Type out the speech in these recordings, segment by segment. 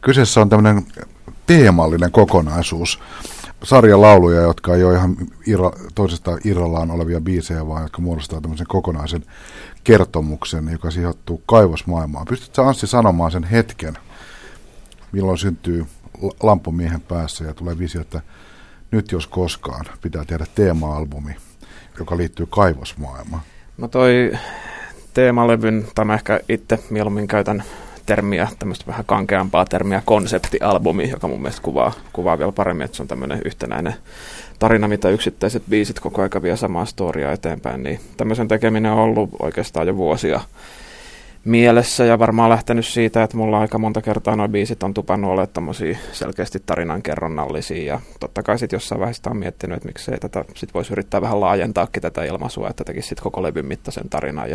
Kyseessä on tämmöinen teemallinen kokonaisuus. Sarja lauluja, jotka ei ole ihan toisestaan irrallaan olevia biisejä, vaan jotka muodostaa tämmöisen kokonaisen kertomuksen, joka sijoittuu kaivosmaailmaan. Pystytkö Anssi sanomaan sen hetken, milloin syntyy lamppu miehen päässä ja tulee visio, että nyt jos koskaan pitää tehdä teema-albumi, joka liittyy kaivosmaailmaan? No toi teemalevyn, tai mä ehkä itse mieluummin käytän termiä, tämmöistä vähän kankeampaa termiä, konseptialbumi, joka mun mielestä kuvaa vielä paremmin, että se on tämmöinen yhtenäinen tarina, mitä yksittäiset biisit koko ajan vie samaa storiaa eteenpäin, niin tämmöisen tekeminen on ollut oikeastaan jo vuosia mielessä ja varmaan lähtenyt siitä, että mulla aika monta kertaa nuo biisit on tupannut olemaan tämmöisiä selkeästi tarinankerronnallisia ja totta kai sitten jossain vaiheessa on miettinyt, että miksei tätä sit voisi yrittää vähän laajentaakin tätä ilmaisua, että tekisi sitten koko levyn mittaisen tarinan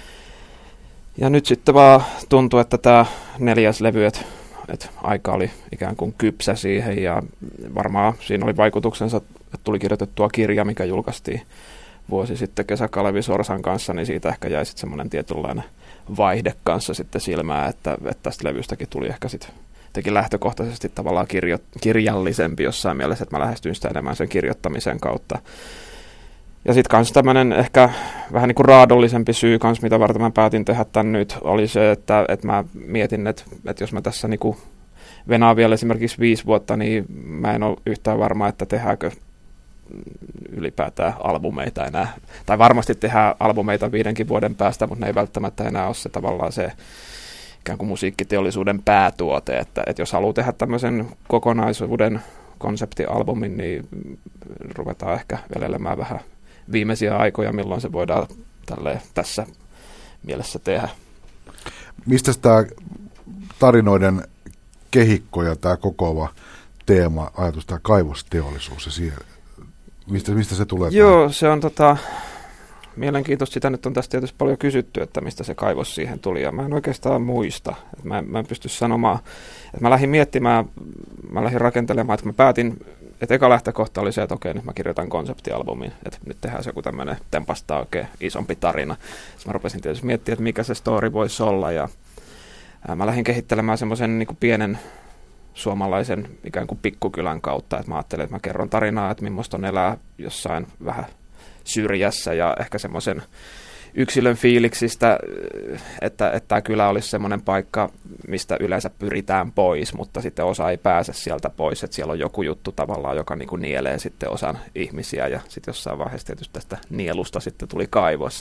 ja nyt sitten vaan tuntuu, että tämä 4. levy, että aika oli ikään kuin kypsä siihen ja varmaan siinä oli vaikutuksensa, että tuli kirjoitettua kirja, mikä julkaistiin vuosi sitten Kesäkalevi Sorsan kanssa, niin siitä ehkä jäi sitten semmoinen tietynlainen vaihde kanssa sitten silmään, että tästä levystäkin tuli ehkä sitten teki lähtökohtaisesti tavallaan kirjallisempi jossain mielessä, että mä lähestyin sitä enemmän sen kirjoittamisen kautta. Ja sitten kanssa tämmöinen ehkä vähän niin kuin raadollisempi syy kanssa, mitä varten mä päätin tehdä tämän nyt, oli se, että mä mietin, että jos mä tässä niin kuin venaan vielä esimerkiksi 5 vuotta, niin mä en ole yhtään varma, että tehdäänkö ylipäätään albumeita enää. Tai varmasti tehdään albumeita 5 vuoden päästä, mutta ne ei välttämättä enää ole se tavallaan se ikään kuin musiikkiteollisuuden päätuote, että jos haluaa tehdä tämmöisen kokonaisuuden konseptialbumin, niin ruvetaan ehkä velelemään vähän viimeisiä aikoja, milloin se voidaan tässä mielessä tehdä. Mistä tämä tarinoiden kehikko ja tämä kokoava teema, ajatus, tämä kaivosteollisuus ja siihen, mistä se tulee? Joo, se on mielenkiintoista. Sitä nyt on tästä tietysti paljon kysytty, että mistä se kaivos siihen tuli, ja mä en oikeastaan muista. Mä en pysty sanomaan, että mä lähdin miettimään, mä lähdin rakentelemaan, että mä päätin, että eka lähtökohta oli se, että okei, nyt mä kirjoitan konseptialbumin, että nyt tehdään se joku tämmöinen tempastaa oikein isompi tarina. Sitten mä rupesin tietysti miettimään, että mikä se story voisi olla, ja mä lähdin kehittelemään semmoisen niin kuin pienen suomalaisen ikään kuin pikkukylän kautta, että mä ajattelin, että mä kerron tarinaa, että millaista on elää jossain vähän syrjässä ja ehkä semmoisen yksilön fiiliksistä, että tämä kylä olisi semmoinen paikka, mistä yleensä pyritään pois, mutta sitten osa ei pääse sieltä pois, että siellä on joku juttu tavallaan, joka niin kuin nielee sitten osan ihmisiä ja sitten jossain vaiheessa tietysti tästä nielusta sitten tuli kaivos,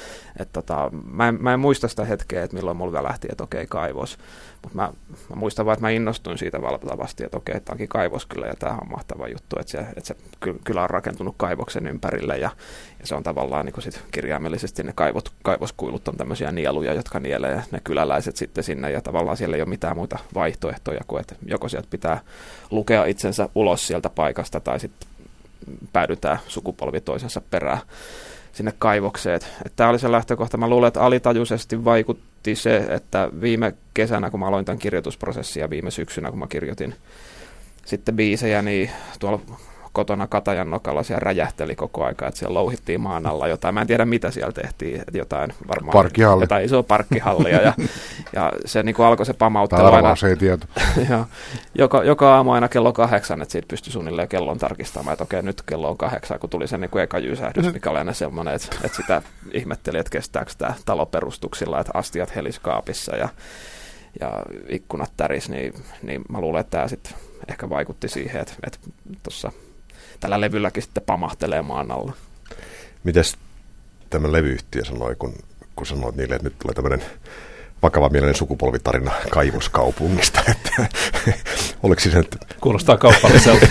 mä en muista sitä hetkeä, että milloin mulla lähti, että okei, kaivos, mutta mä muistan vaan, että mä innostuin siitä valtavasti, että okei, tämä onkin kaivos kyllä ja tämä on mahtava juttu, että se kylä on rakentunut kaivoksen ympärille ja se on tavallaan niin kuin sit kirjaimellisesti ne kaivoskuilut on tämmöisiä nieluja, jotka nielee ne kyläläiset sitten sinne ja tavallaan siellä ei ole mitään muita vaihtoehtoja kuin, että joko sieltä pitää lukea itsensä ulos sieltä paikasta tai sitten päädytään sukupolvi toisensa perään sinne kaivokseen. Tämä oli se lähtökohta. Mä luulen, että alitajuisesti vaikutti se, että viime kesänä, kun mä aloin tämän kirjoitusprosessin ja viime syksynä, kun mä kirjoitin sitten biisejä, niin tuolla kotona Katajan nokalla siellä räjähteli koko aika, että siellä louhittiin maan alla jotain. Mä en tiedä, mitä siellä tehtiin. Että jotain varmaan jotain isoa parkkihallia. ja se niin kuin alkoi se pamauttelu aina. Ei tieto. joka aamu aina kello 8, että siitä pystyi suunnilleen kellon tarkistamaan, että okei, nyt kello on 8, kun tuli se niin kuin eka jysähdys, mikä oli aina semmoinen, että sitä ihmetteli, että kestääkö tämä talo perustuksilla, että astiat helis kaapissa ja ikkunat täris, niin mä luulen, että tämä sitten ehkä vaikutti siihen, että tuossa tällä levylläkin sitten pamahtelee maan alla. Mites tämä levyyhtiö sanoi, kun sanoit niille, että nyt tulee tämmöinen vakavamielinen sukupolvitarina kaivoskaupungista, että oliko siis, että kuulostaa kaupalliselta.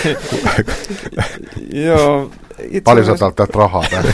Joo. Paljon sä täältä rahaa tänne.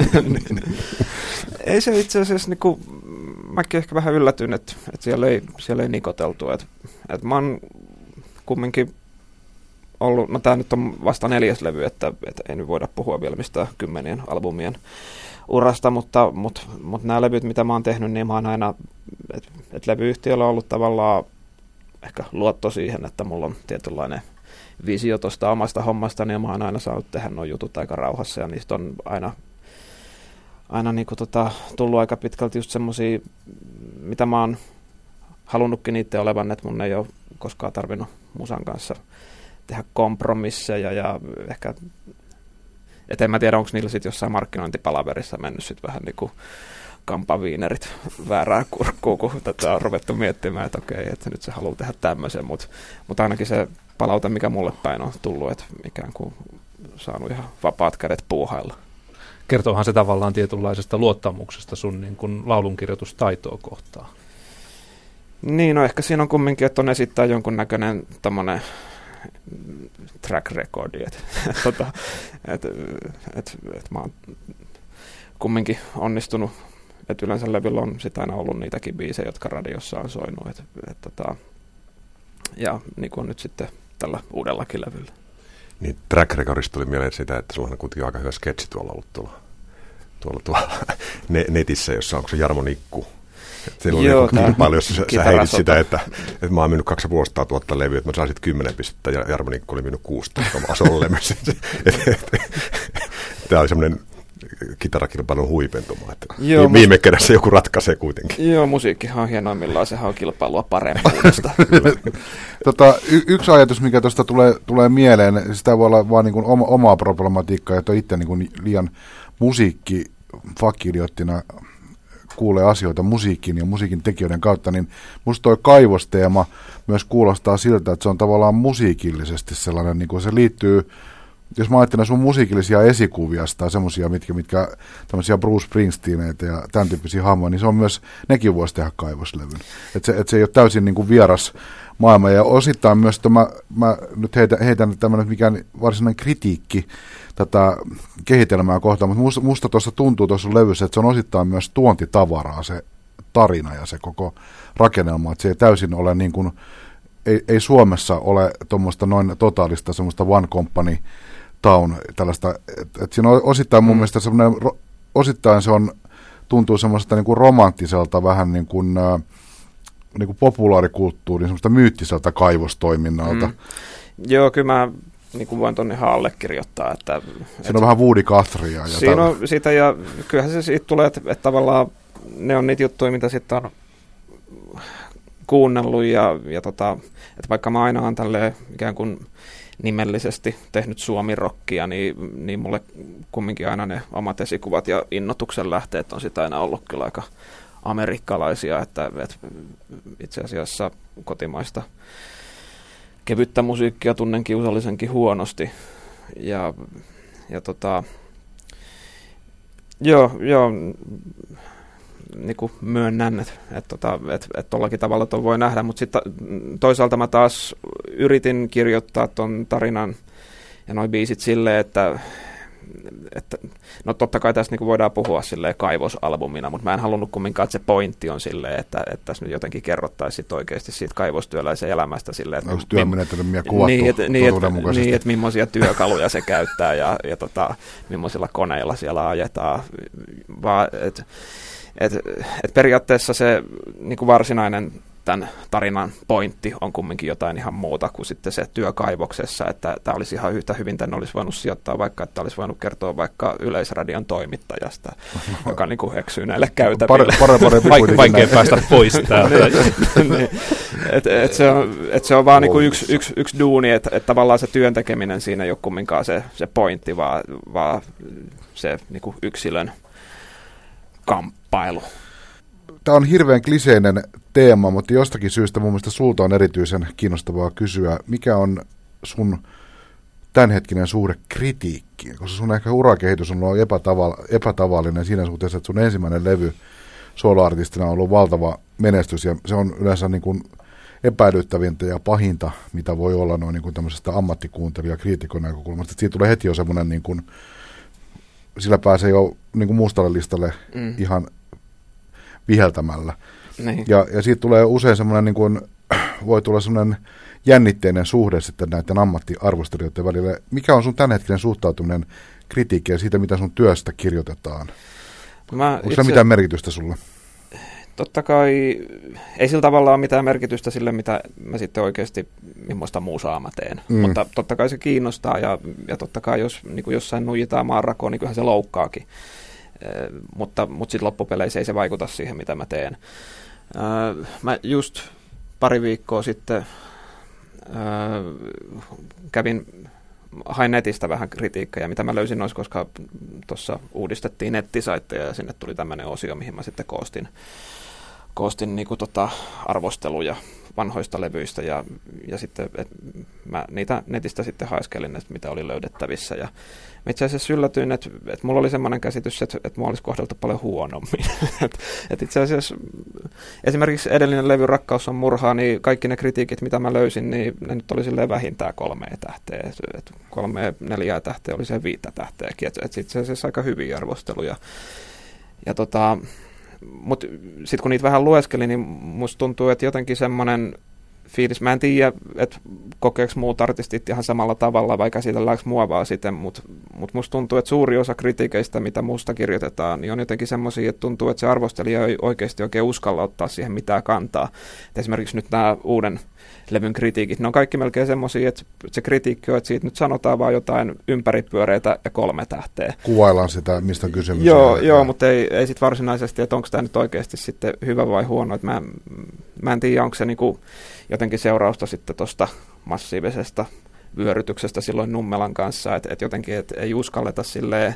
Ei se itse asiassa, niin kuin, mäkin ehkä vähän yllätyn, että siellä ei nikoteltu. Että mä oon kumminkin ollut, no tää nyt on vasta 4. levy, että ei nyt voida puhua vielä mistään 10 albumien urasta, mutta nämä levyt, mitä mä oon tehnyt, niin mä oon aina, että levyyhtiöllä on ollut tavallaan ehkä luotto siihen, että mulla on tietynlainen visio tuosta omasta hommasta, niin mä oon aina saanut tehdä nuo jutut aika rauhassa, ja niistä on aina niin kuin tullut aika pitkälti just semmosia, mitä mä oon halunnutkin niiden olevan, että mun ei ole koskaan tarvinnut musan kanssa tehdä kompromisseja ja ehkä, et en mä tiedä, onko niillä sitten jossain markkinointipalaverissa mennyt sitten vähän niin kuin kampaviinerit väärää kurkkuun, kun tätä on ruvettu miettimään, että okei, että nyt se haluaa tehdä tämmöisen, mutta ainakin se palaute, mikä mulle päin on tullut, että ikään kuin saanut ihan vapaat kädet puuhailla. Kertoohan se tavallaan tietynlaisesta luottamuksesta sun niin kuin laulunkirjoitustaitoa kohtaan. Niin, no ehkä siinä on kumminkin, että on esittää jonkunnäköinen tommonen track recordi, että mä oon kumminkin onnistunut, että yleensä levyllä on sit aina ollut niitäkin biisejä, jotka radiossa on soinut, ja niin kuin on nyt sitten tällä uudellakin levyllä. Niin track recordista tuli mieleen sitä, että sulla on kuitenkin aika hyvä sketsi tuolla ollut tuolla netissä, jossa onko se Jarmo Nikku. Siellä on joku kilpailu, jossa sä heitit sitä, että mä oon myynyt 250 000 levyä, että mä saisit 10 pistettä, ja Jarmo Nikku oli myynyt 6 sololevyssä. Tämä oli semmoinen kitarakilpailun huipentuma, että viime kädessä joku ratkaisee kuitenkin. Joo, musiikkihan on hienoimmillaan, sehän on kilpailua parempuudesta. Yksi ajatus, mikä tuosta tulee mieleen, sitä voi olla vaan niin kuin omaa problematiikkaa, että itse niin kuin liian musiikkifakidiottina kuulee asioita musiikin ja musiikin tekijöiden kautta, niin musta toi kaivosteema myös kuulostaa siltä, että se on tavallaan musiikillisesti sellainen, niin kuin se liittyy, jos mä ajattelen sun musiikillisia esikuvia tai semmoisia, mitkä tämmöisiä Bruce Springsteeneitä ja tämän tyyppisiä hahmoja, niin se on myös, nekin voisi tehdä kaivoslevyn. Että se ei ole täysin niin kuin vieras maailma, ja osittain myös, mä nyt heitän tämmöinen mikään varsinainen kritiikki tätä kehitelmää kohtaan, mutta musta tuossa tuntuu tuossa levyssä, että se on osittain myös tuontitavaraa se tarina ja se koko rakennelma, että se ei täysin ole niin kuin, ei Suomessa ole tuommoista noin totaalista semmoista One Company Town tällaista, että siinä on osittain mun mielestä semmoinen, osittain se on, tuntuu semmoista niin kuin romanttiselta vähän niin kuin populaarikulttuurin, semmoista myyttiseltä kaivostoiminnalta. Joo, kyllä mä niin kuin voin tuonne ihan allekirjoittaa. Siinä on vähän Woody Guthrieä. Siinä on sitä, ja kyllähän se siitä tulee, että tavallaan ne on niitä juttuja, mitä sitten on kuunnellut, että vaikka mä aina olen tälleen ikään kuin nimellisesti tehnyt suomirokkia, niin mulle kumminkin aina ne omat esikuvat ja innotuksen lähteet on sitä aina ollut kyllä aika amerikkalaisia, että itse asiassa kotimaista kevyttä musiikkia tunnen kiusallisenkin huonosti. Joo, niin kuin myönnän, että tollakin tavalla ton voi nähdä, mutta sitten toisaalta mä taas yritin kirjoittaa ton tarinan ja noi biisit silleen, että no totta kai tässä niin voidaan puhua silleen kaivosalbumina, mutta mä en halunnut kumminkaan, että se pointti on silleen, että tässä nyt jotenkin kerrottaisiin oikeasti siitä kaivostyöläisen elämästä silleen, että onko työmenetelmiä kuvattu niin, että millaisia työkaluja se käyttää ja millaisilla koneilla siellä ajetaan, vaan että periaatteessa se niin kuin varsinainen tämän tarinan pointti on kumminkin jotain ihan muuta kuin sitten se työkaivoksessa, että tämä olisi ihan yhtä hyvin, tänne olisi voinut sijoittaa vaikka, että olisi voinut kertoa vaikka Yleisradion toimittajasta, joka niin kuin eksyy näille käytäville. Vaikea päästä pois täältä. Se on vaan niin kuin yksi duuni, että tavallaan se työn tekeminen siinä ei ole kumminkaan se pointti, vaan se niin kuin yksilön kamppailu. Tämä on hirveän kliseinen teema, mutta jostakin syystä mun mielestä sulta on erityisen kiinnostavaa kysyä, mikä on sun tämänhetkinen suhde kritiikkiin, koska sun ehkä urakehitys on ollut epätavallinen siinä suhteessa, että sun ensimmäinen levy soloartistina on ollut valtava menestys, ja se on yleensä niin kuin epäilyttävintä ja pahinta, mitä voi olla noin niin kuin tämmöisestä ammattikuuntelija-kriitikon näkökulmasta. Siitä tulee heti jo semmoinen, niin kuin, sillä pääsee jo niin kuin mustalle listalle ihan viheltämällä. Niin. Ja siitä tulee usein semmoinen, niin kuin, voi tulla semmoinen jännitteinen suhde sitten näiden ammattiarvostelijoiden välillä. Mikä on sun tämänhetkinen suhtautuminen kritiikkiin ja siitä, mitä sun työstä kirjoitetaan? Onko se mitään merkitystä sulle? Totta kai ei sillä tavalla ole mitään merkitystä sille, mitä mä sitten oikeasti, millaista muusaa mä teen. Mutta totta kai se kiinnostaa ja totta kai jos niin kuin jossain nujitaan maanrakoon, niin kyllähän se loukkaakin. Mutta sitten loppupeleissä ei se vaikuta siihen, mitä mä teen. Mä just pari viikkoa sitten hain netistä vähän kritiikkejä, mitä mä löysin noissa, koska tuossa uudistettiin nettisaitteja ja sinne tuli tämmöinen osio, mihin mä sitten koostin niinku arvosteluja vanhoista levyistä ja sitten mä niitä netistä sitten haiskelin, että mitä oli löydettävissä. Ja itse asiassa yllätyin, että mulla oli semmoinen käsitys, että mua olisi kohdeltu paljon huonommin. että itse asiassa esimerkiksi edellinen levy Rakkaus on murhaa, niin kaikki ne kritiikit, mitä mä löysin, niin ne nyt oli silleen vähintään 3 tähteä. 3-4 tähteä oli se 5 tähteäkin. Että itse asiassa aika hyviä arvosteluja. Ja mutta sitten kun niitä vähän lueskelin, niin musta tuntuu, että jotenkin semmoinen fiilis, mä en tiedä, että kokeeko muut artistit ihan samalla tavalla vai käsitelläänkö mua vaan siten, mutta musta tuntuu, että suuri osa kritiikeistä, mitä musta kirjoitetaan, niin on jotenkin semmoisia, että tuntuu, että se arvostelija ei oikeasti oikein uskalla ottaa siihen mitään kantaa. Et esimerkiksi nyt nämä uuden levyn kritiikit, ne on kaikki melkein semmoisia, että se kritiikki on, että siitä nyt sanotaan vaan jotain ympäripyöreitä ja 3 tähteä. Kuvaillaan sitä, mistä on kysymys. Joo, mutta ei sit varsinaisesti, että onko tämä nyt oikeasti sitten hyvä vai huono. Että mä en tiedä, onko se niinku jotenkin seurausta sitten tuosta massiivisesta vyörytyksestä silloin Nummelan kanssa, että jotenkin ei uskalleta silleen,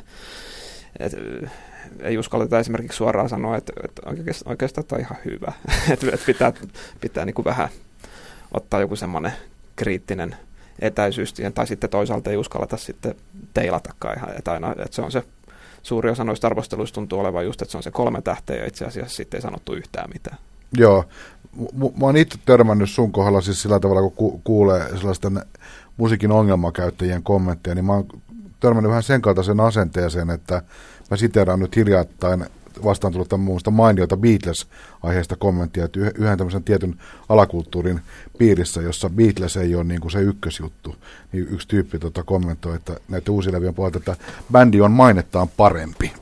ei uskalleta esimerkiksi suoraan sanoa, että oikeastaan tämä on ihan hyvä. että pitää niinku vähän ottaa joku semmoinen kriittinen etäisyys siihen, tai sitten toisaalta ei uskalleta sitten teilatakaan ihan, että se on se suuri osa noista arvosteluista tuntuu olevan just, että se on se 3 tähteä ja itse asiassa sitten ei sanottu yhtään mitään. Joo, mä oon itse törmännyt sun kohdalla siis sillä tavalla, kun kuulee sellaisten musiikin ongelmakäyttäjien kommentteja, niin mä oon törmännyt vähän sen kaltaisen asenteeseen, että mä siteeraan nyt hiljattain vastaan tullut muun muassa mainiota Beatles-aiheesta kommenttia, että yhden tämmöisen tietyn alakulttuurin piirissä, jossa Beatles ei ole niin kuin se ykkösjuttu, niin yksi tyyppi kommentoi, että näiden uusilevien puolelta, että bändi on mainettaan parempi.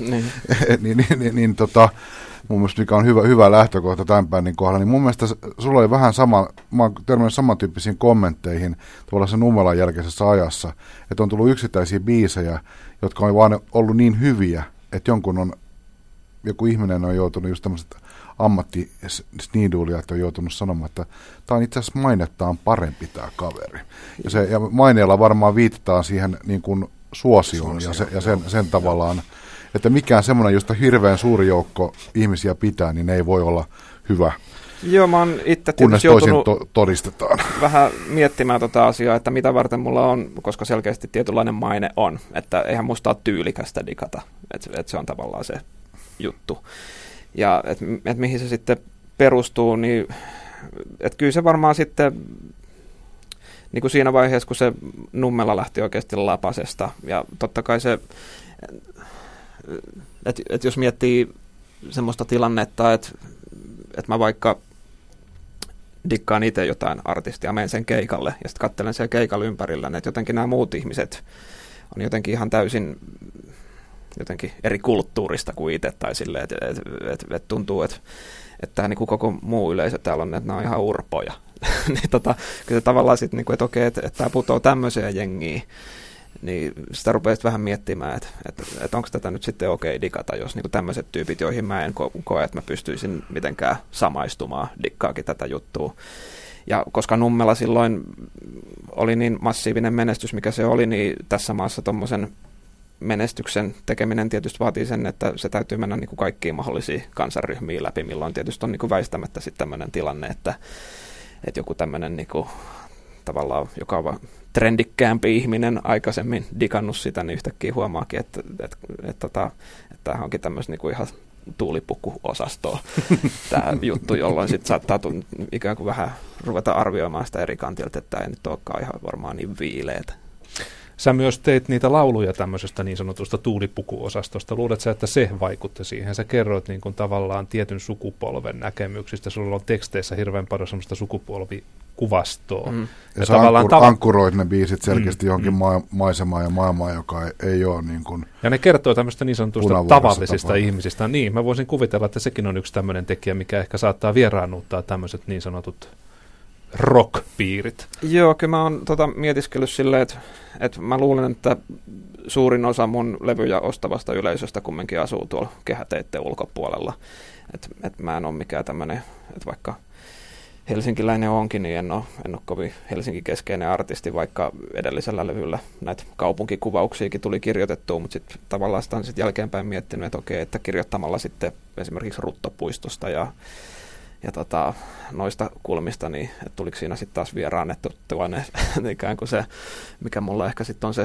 Mun mielestä mikä on hyvä lähtökohta tämän bändin kohdalla, niin mun mielestä sulla oli vähän mä oon törmännyt samantyyppisiin kommentteihin tavallaan sen Nummelan jälkeisessä ajassa, että on tullut yksittäisiä biisejä, jotka on vaan ollut niin hyviä, että joku ihminen on joutunut, just tämmöiset ammattisniiduulijat on joutunut sanomaan, että tämä on itse asiassa mainettaan parempi tämä kaveri. Ja maineella varmaan viitataan siihen niin kuin suosioon ja sen tavallaan, että mikään semmoinen, josta hirveän suuri joukko ihmisiä pitää, niin ne ei voi olla hyvä. Joo, mä oon itse kunnes toisin todistetaan. Vähän miettimään tota asiaa, että mitä varten mulla on, koska selkeästi tietynlainen maine on, että eihän musta ole tyylikästä digata, että se on tavallaan se juttu. Ja et mihin se sitten perustuu, niin että kyllä se varmaan sitten niin kuin siinä vaiheessa, kun se Nummela lähti oikeasti lapasesta, ja totta kai se, että jos miettii semmoista tilannetta, että mä vaikka dikkaan itse jotain artistia, menen sen keikalle ja sitten katselen sen keikalle ympärillä, että jotenkin nämä muut ihmiset on jotenkin ihan täysin jotenkin eri kulttuurista kuin itse, tai silleen, että tuntuu, että tämä niin kuin koko muu yleisö täällä on, että nämä on ihan urpoja. Niin kyllä se tavallaan sitten, niin kuin, että okei, että tämä putoo tämmöiseen jengiin, niin sitä rupeaa vähän miettimään, että onko tätä nyt sitten okei digata, jos niin kuin tämmöiset tyypit, joihin mä en koe, että mä pystyisin mitenkään samaistumaan, dikkaakin tätä juttua. Ja koska Nummela silloin oli niin massiivinen menestys, mikä se oli, niin tässä maassa tommosen menestyksen tekeminen tietysti vaatii sen, että se täytyy mennä niin kuin kaikkiin mahdollisiin kansanryhmiin läpi, milloin tietysti on niin kuin väistämättä sitten tämmöinen tilanne, että joku tämmöinen niin kuin, tavallaan, joka on trendikkäämpi ihminen aikaisemmin digannut sitä, niin yhtäkkiä huomaakin, että tämähän onkin tämmöistä niin kuin ihan tuulipukuosastoa tämä juttu, jolloin sitten saattaa ikään kuin vähän ruveta arvioimaan sitä eri kantilta, että tämä ei nyt olekaan ihan varmaan niin viileetä. Sä myös teit niitä lauluja tämmöisestä niin sanotusta tuulipukuosastosta. Luuletko sä, että se vaikutti siihen? Sä kerroit niin kuin tavallaan tietyn sukupolven näkemyksistä. Sulla on teksteissä hirveän paljon semmoista sukupolvikuvastoa. Ja sä ankkuroit ne biisit selkeästi johonkin maisemaan ja maailmaan, joka ei ole niin kuin... Ja ne kertoo tämmöistä niin sanotusta tavallisista ihmisistä. Niin, mä voisin kuvitella, että sekin on yksi tämmöinen tekijä, mikä ehkä saattaa vieraannuttaa tämmöiset niin sanotut rock-piirit. Joo, kyllä mä oon mietiskellyt silleen, että mä luulen, että suurin osa mun levyjä ostavasta yleisöstä kumminkin asuu tuolla kehäteitten ulkopuolella. Että mä en ole mikään tämmöinen, että vaikka helsinkiläinen onkin, niin en ole kovin Helsinki-keskeinen artisti, vaikka edellisellä levyllä näitä kaupunkikuvauksiakin tuli kirjoitettua, mutta sitten tavallaan sitä on sit jälkeenpäin miettinyt, että okei, että kirjoittamalla sitten esimerkiksi Ruttopuistosta ja noista kulmista, niin että tuliko siinä sitten taas vieraannettu ikään kuin se, mikä mulla ehkä sitten on se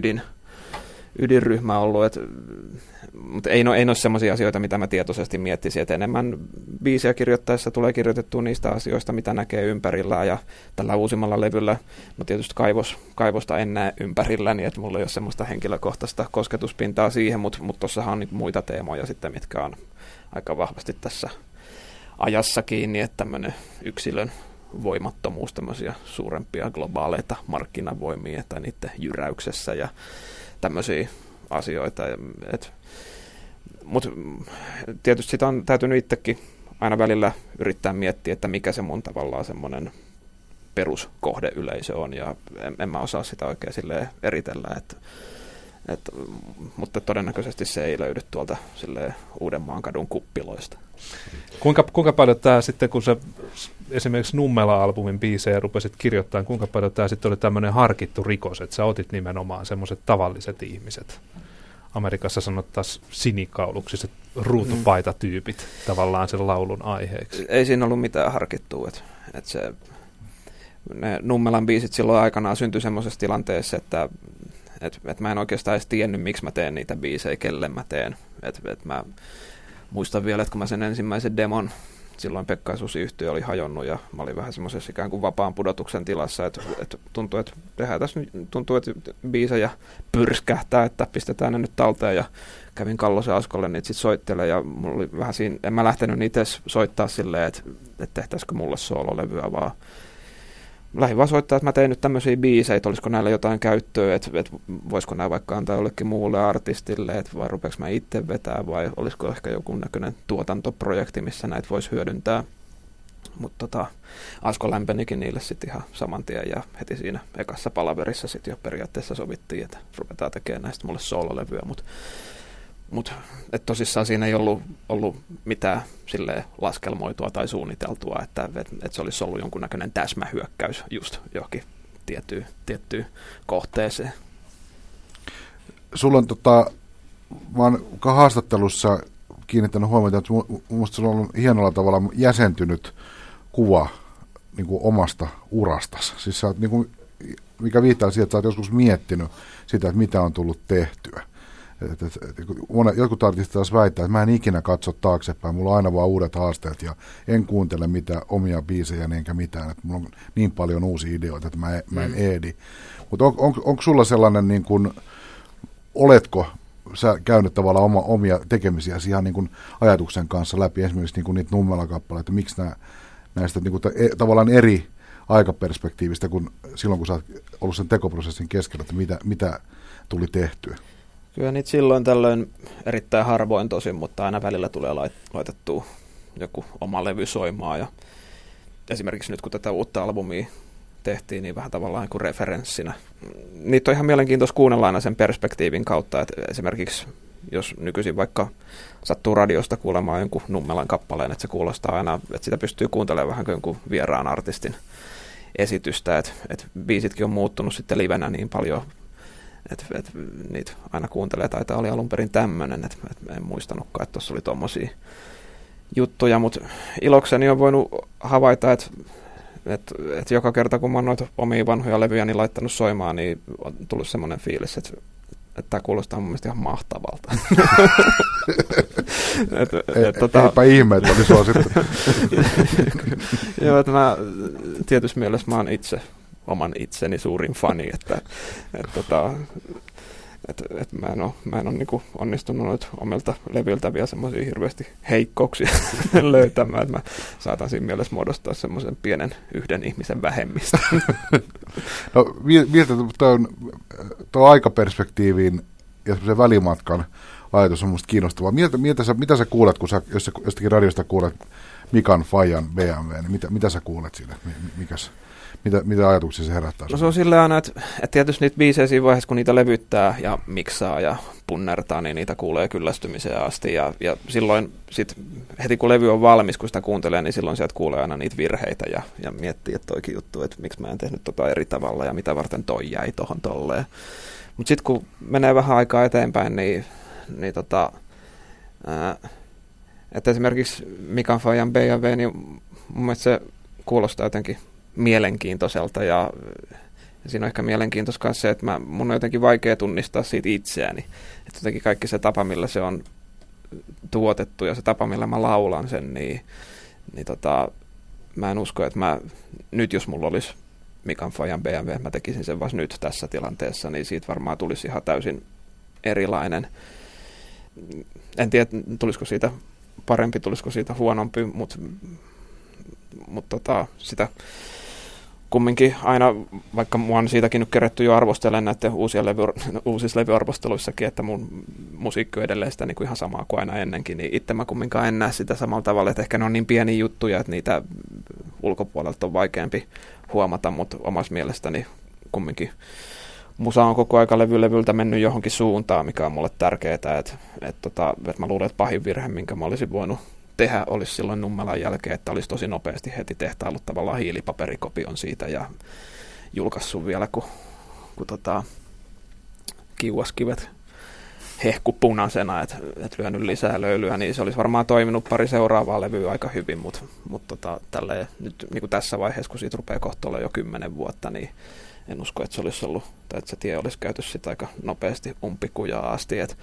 ydinryhmä ollut, mutta ei ole sellaisia asioita, mitä mä tietoisesti miettisin, että enemmän biisiä kirjoittaessa tulee kirjoitettua niistä asioista, mitä näkee ympärillään, ja tällä uusimmalla levyllä mä tietysti kaivosta en näe ympärilläni, että mulla ei ole semmoista henkilökohtaista kosketuspintaa siihen, mutta tuossahan on niin muita teemoja sitten, mitkä on aika vahvasti tässä ajassa kiinni, että tämmöinen yksilön voimattomuus, tämmöisiä suurempia globaaleita markkinavoimia, että niiden jyräyksessä ja tämmöisiä asioita. Mutta tietysti sitä on täytynyt itsekin aina välillä yrittää miettiä, että mikä se mun tavallaan semmoinen peruskohdeyleisö on, ja en mä osaa sitä oikein silleen eritellä, mutta todennäköisesti se ei löydy tuolta silleen Uudenmaan kadun kuppiloista. Kuinka paljon tämä sitten, kun sä esimerkiksi Nummela-albumin biisejä rupesit kirjoittamaan, kuinka paljon tämä sitten oli tämmöinen harkittu rikos, että sä otit nimenomaan semmoiset tavalliset ihmiset? Amerikassa sanottaisiin sinikauluksiset ruutupaitatyypit tavallaan sen laulun aiheeksi. Ei siinä ollut mitään harkittua, että ne Nummelan biisit silloin aikanaan syntyi semmoisessa tilanteessa, että mä en oikeastaan edes tiennyt, miksi mä teen niitä biisejä, kelle mä teen. Mä muistan vielä, että kun mä sen ensimmäisen demon, silloin Pekka ja Susi-yhtye oli hajonnut, ja mä olin vähän semmoisessa ikään kuin vapaan pudotuksen tilassa, että tuntuu, että tehdään tässä, tuntuu, että biisejä pyrskähtää, että pistetään ne nyt talteen, ja kävin Kallosen Askolle niitä sitten soittelemaan, ja mulla oli vähän siinä, en mä lähtenyt niitä edes soittaa silleen, että tehtäisikö mulle soololevyä, vaan lähdin vaan soittaa, että mä tein nyt tämmöisiä biisejä, että olisiko näillä jotain käyttöä, että voisiko nämä vaikka antaa jollekin muulle artistille, että vai rupeeko mä itse vetää, vai olisiko ehkä joku näköinen tuotantoprojekti, missä näitä voisi hyödyntää. Mutta Asko lämpenikin niille sitten ihan saman tien, ja heti siinä ekassa palaverissa sitten jo periaatteessa sovittiin, että ruvetaan tekemään näistä mulle soololevyä, mutta tosissaan siinä ei ollut mitään silleen laskelmoitua tai suunniteltua, että se olisi ollut jonkunnäköinen täsmähyökkäys just johonkin tiettyyn kohteeseen. Sulla on mä oon haastattelussa kiinnittänyt huomiota, että minusta sulla on ollut hienolla tavalla jäsentynyt kuva niin kuin omasta urastasi. Siis sä oot, niin kuin, mikä viittaa siihen, että sä oot joskus miettinyt sitä, että mitä on tullut tehtyä. Jotkut artistit taas väittää, että mä en ikinä katso taaksepäin, mulla on aina vaan uudet haasteet ja en kuuntele mitään omia biisejä enkä mitään, että mulla on niin paljon uusia ideoita, että mä en eedi. Mutta onko sulla sellainen, niin kun, oletko sä käynyt tavallaan omia tekemisiäsi ihan niin kun ajatuksen kanssa läpi, esimerkiksi niin kun niitä Nummela-kappaleita, miksi näistä niin kun tavallaan eri aikaperspektiivistä kuin silloin, kun sä oot ollut sen tekoprosessin keskellä, että mitä tuli tehtyä? Kyllä niitä silloin tällöin erittäin harvoin tosin, mutta aina välillä tulee laitettua joku oma levy soimaan. Ja esimerkiksi nyt kun tätä uutta albumia tehtiin, niin vähän tavallaan kuin referenssinä. Niitä on ihan mielenkiintoista kuunnella aina sen perspektiivin kautta, että esimerkiksi jos nykyisin vaikka sattuu radiosta kuulemaan jonkun Nummelan kappaleen, että se kuulostaa aina, että sitä pystyy kuuntelemaan vähän kuin jonkun vieraan artistin esitystä, että biisitkin on muuttunut sitten livenä niin paljon, että niitä aina kuuntelee, tai oli alun perin tämmöinen, että en muistanutkaan, että tuossa oli tommosia juttuja, mutta ilokseni on voinut havaita, että joka kerta kun mä oon noita omia vanhoja levyjä niin laittanut soimaan, niin on tullut semmoinen fiilis, että tämä kuulostaa mun mielestä ihan mahtavalta. Eipä ihme, että oli suosittu. Joo, että tietysti mielessä mä oon itse oman itseni suurin fani, että mä en ole niinku onnistunut omilta levyiltä vielä semmoisia hirveästi heikkouksia löytämään, että mä saatan siinä mielessä muodostaa semmoisen pienen yhden ihmisen vähemmistä. No miltä tuo aikaperspektiiviin ja semmoisen välimatkan ajatus on musta kiinnostavaa. Mitä sä kuulet, kun sä jostakin radiosta kuulet Mikan Fajan BMW, niin mitä sä kuulet siitä? mitä ajatuksia se herättää? No se on silleen aina, että tietysti niitä biisejä siinä vaiheessa, kun niitä levyttää ja miksaa ja punnertaa, niin niitä kuulee kyllästymiseen asti. Ja silloin sit, heti kun levy on valmis, kun sitä kuuntelee, niin silloin sieltä kuulee aina niitä virheitä ja miettii, että toikin juttu, että miksi mä en tehnyt eri tavalla ja mitä varten toi jäi tohon tolleen. Mutta sitten kun menee vähän aikaa eteenpäin, niin että esimerkiksi Mikan Fajan B&V, niin mun mielestä se kuulostaa jotenkin mielenkiintoiselta ja siinä on ehkä mielenkiintoista myös se, että mun on jotenkin vaikea tunnistaa siitä itseäni. Että jotenkin kaikki se tapa, millä se on tuotettu ja se tapa, millä mä laulan sen, niin mä en usko, että nyt jos mulla olisi Mikan Fajan B&V, mä tekisin sen vasta nyt tässä tilanteessa, niin siitä varmaan tulisi ihan täysin erilainen. En tiedä, tulisiko siitä parempi, tulisiko siitä huonompi, mutta sitä kumminkin aina, vaikka mua on siitäkin nyt kerätty jo arvostelemaan näiden uusissa levyarvosteluissakin, että mun musiikki on edelleen sitä niin kuin ihan samaa kuin aina ennenkin, niin itse mä kumminkaan en näe sitä samalla tavalla, että ehkä ne on niin pieniä juttuja, että niitä ulkopuolelta on vaikeampi huomata, mutta omassa mielestäni kumminkin musa on koko aika levyltä mennyt johonkin suuntaan, mikä on mulle tärkeää, että mä luulen, että pahin virhe, minkä mä olisin voinut tehdä, olisi silloin Nummelan jälkeen, että olisi tosi nopeasti heti tehtaillut tavallaan hiilipaperikopion siitä ja julkaissut vielä, kun kiuaskivet hehku punaisena, että lyönyt lisää löylyä, niin se olisi varmaan toiminut pari seuraavaa levyä aika hyvin, mutta tälleen nyt niin kuin tässä vaiheessa, kun siitä rupeaa kohta olla jo 10 vuotta, niin en usko, että se olisi ollut, tai että se tie olisi käyty sitä aika nopeasti umpikujaa asti, että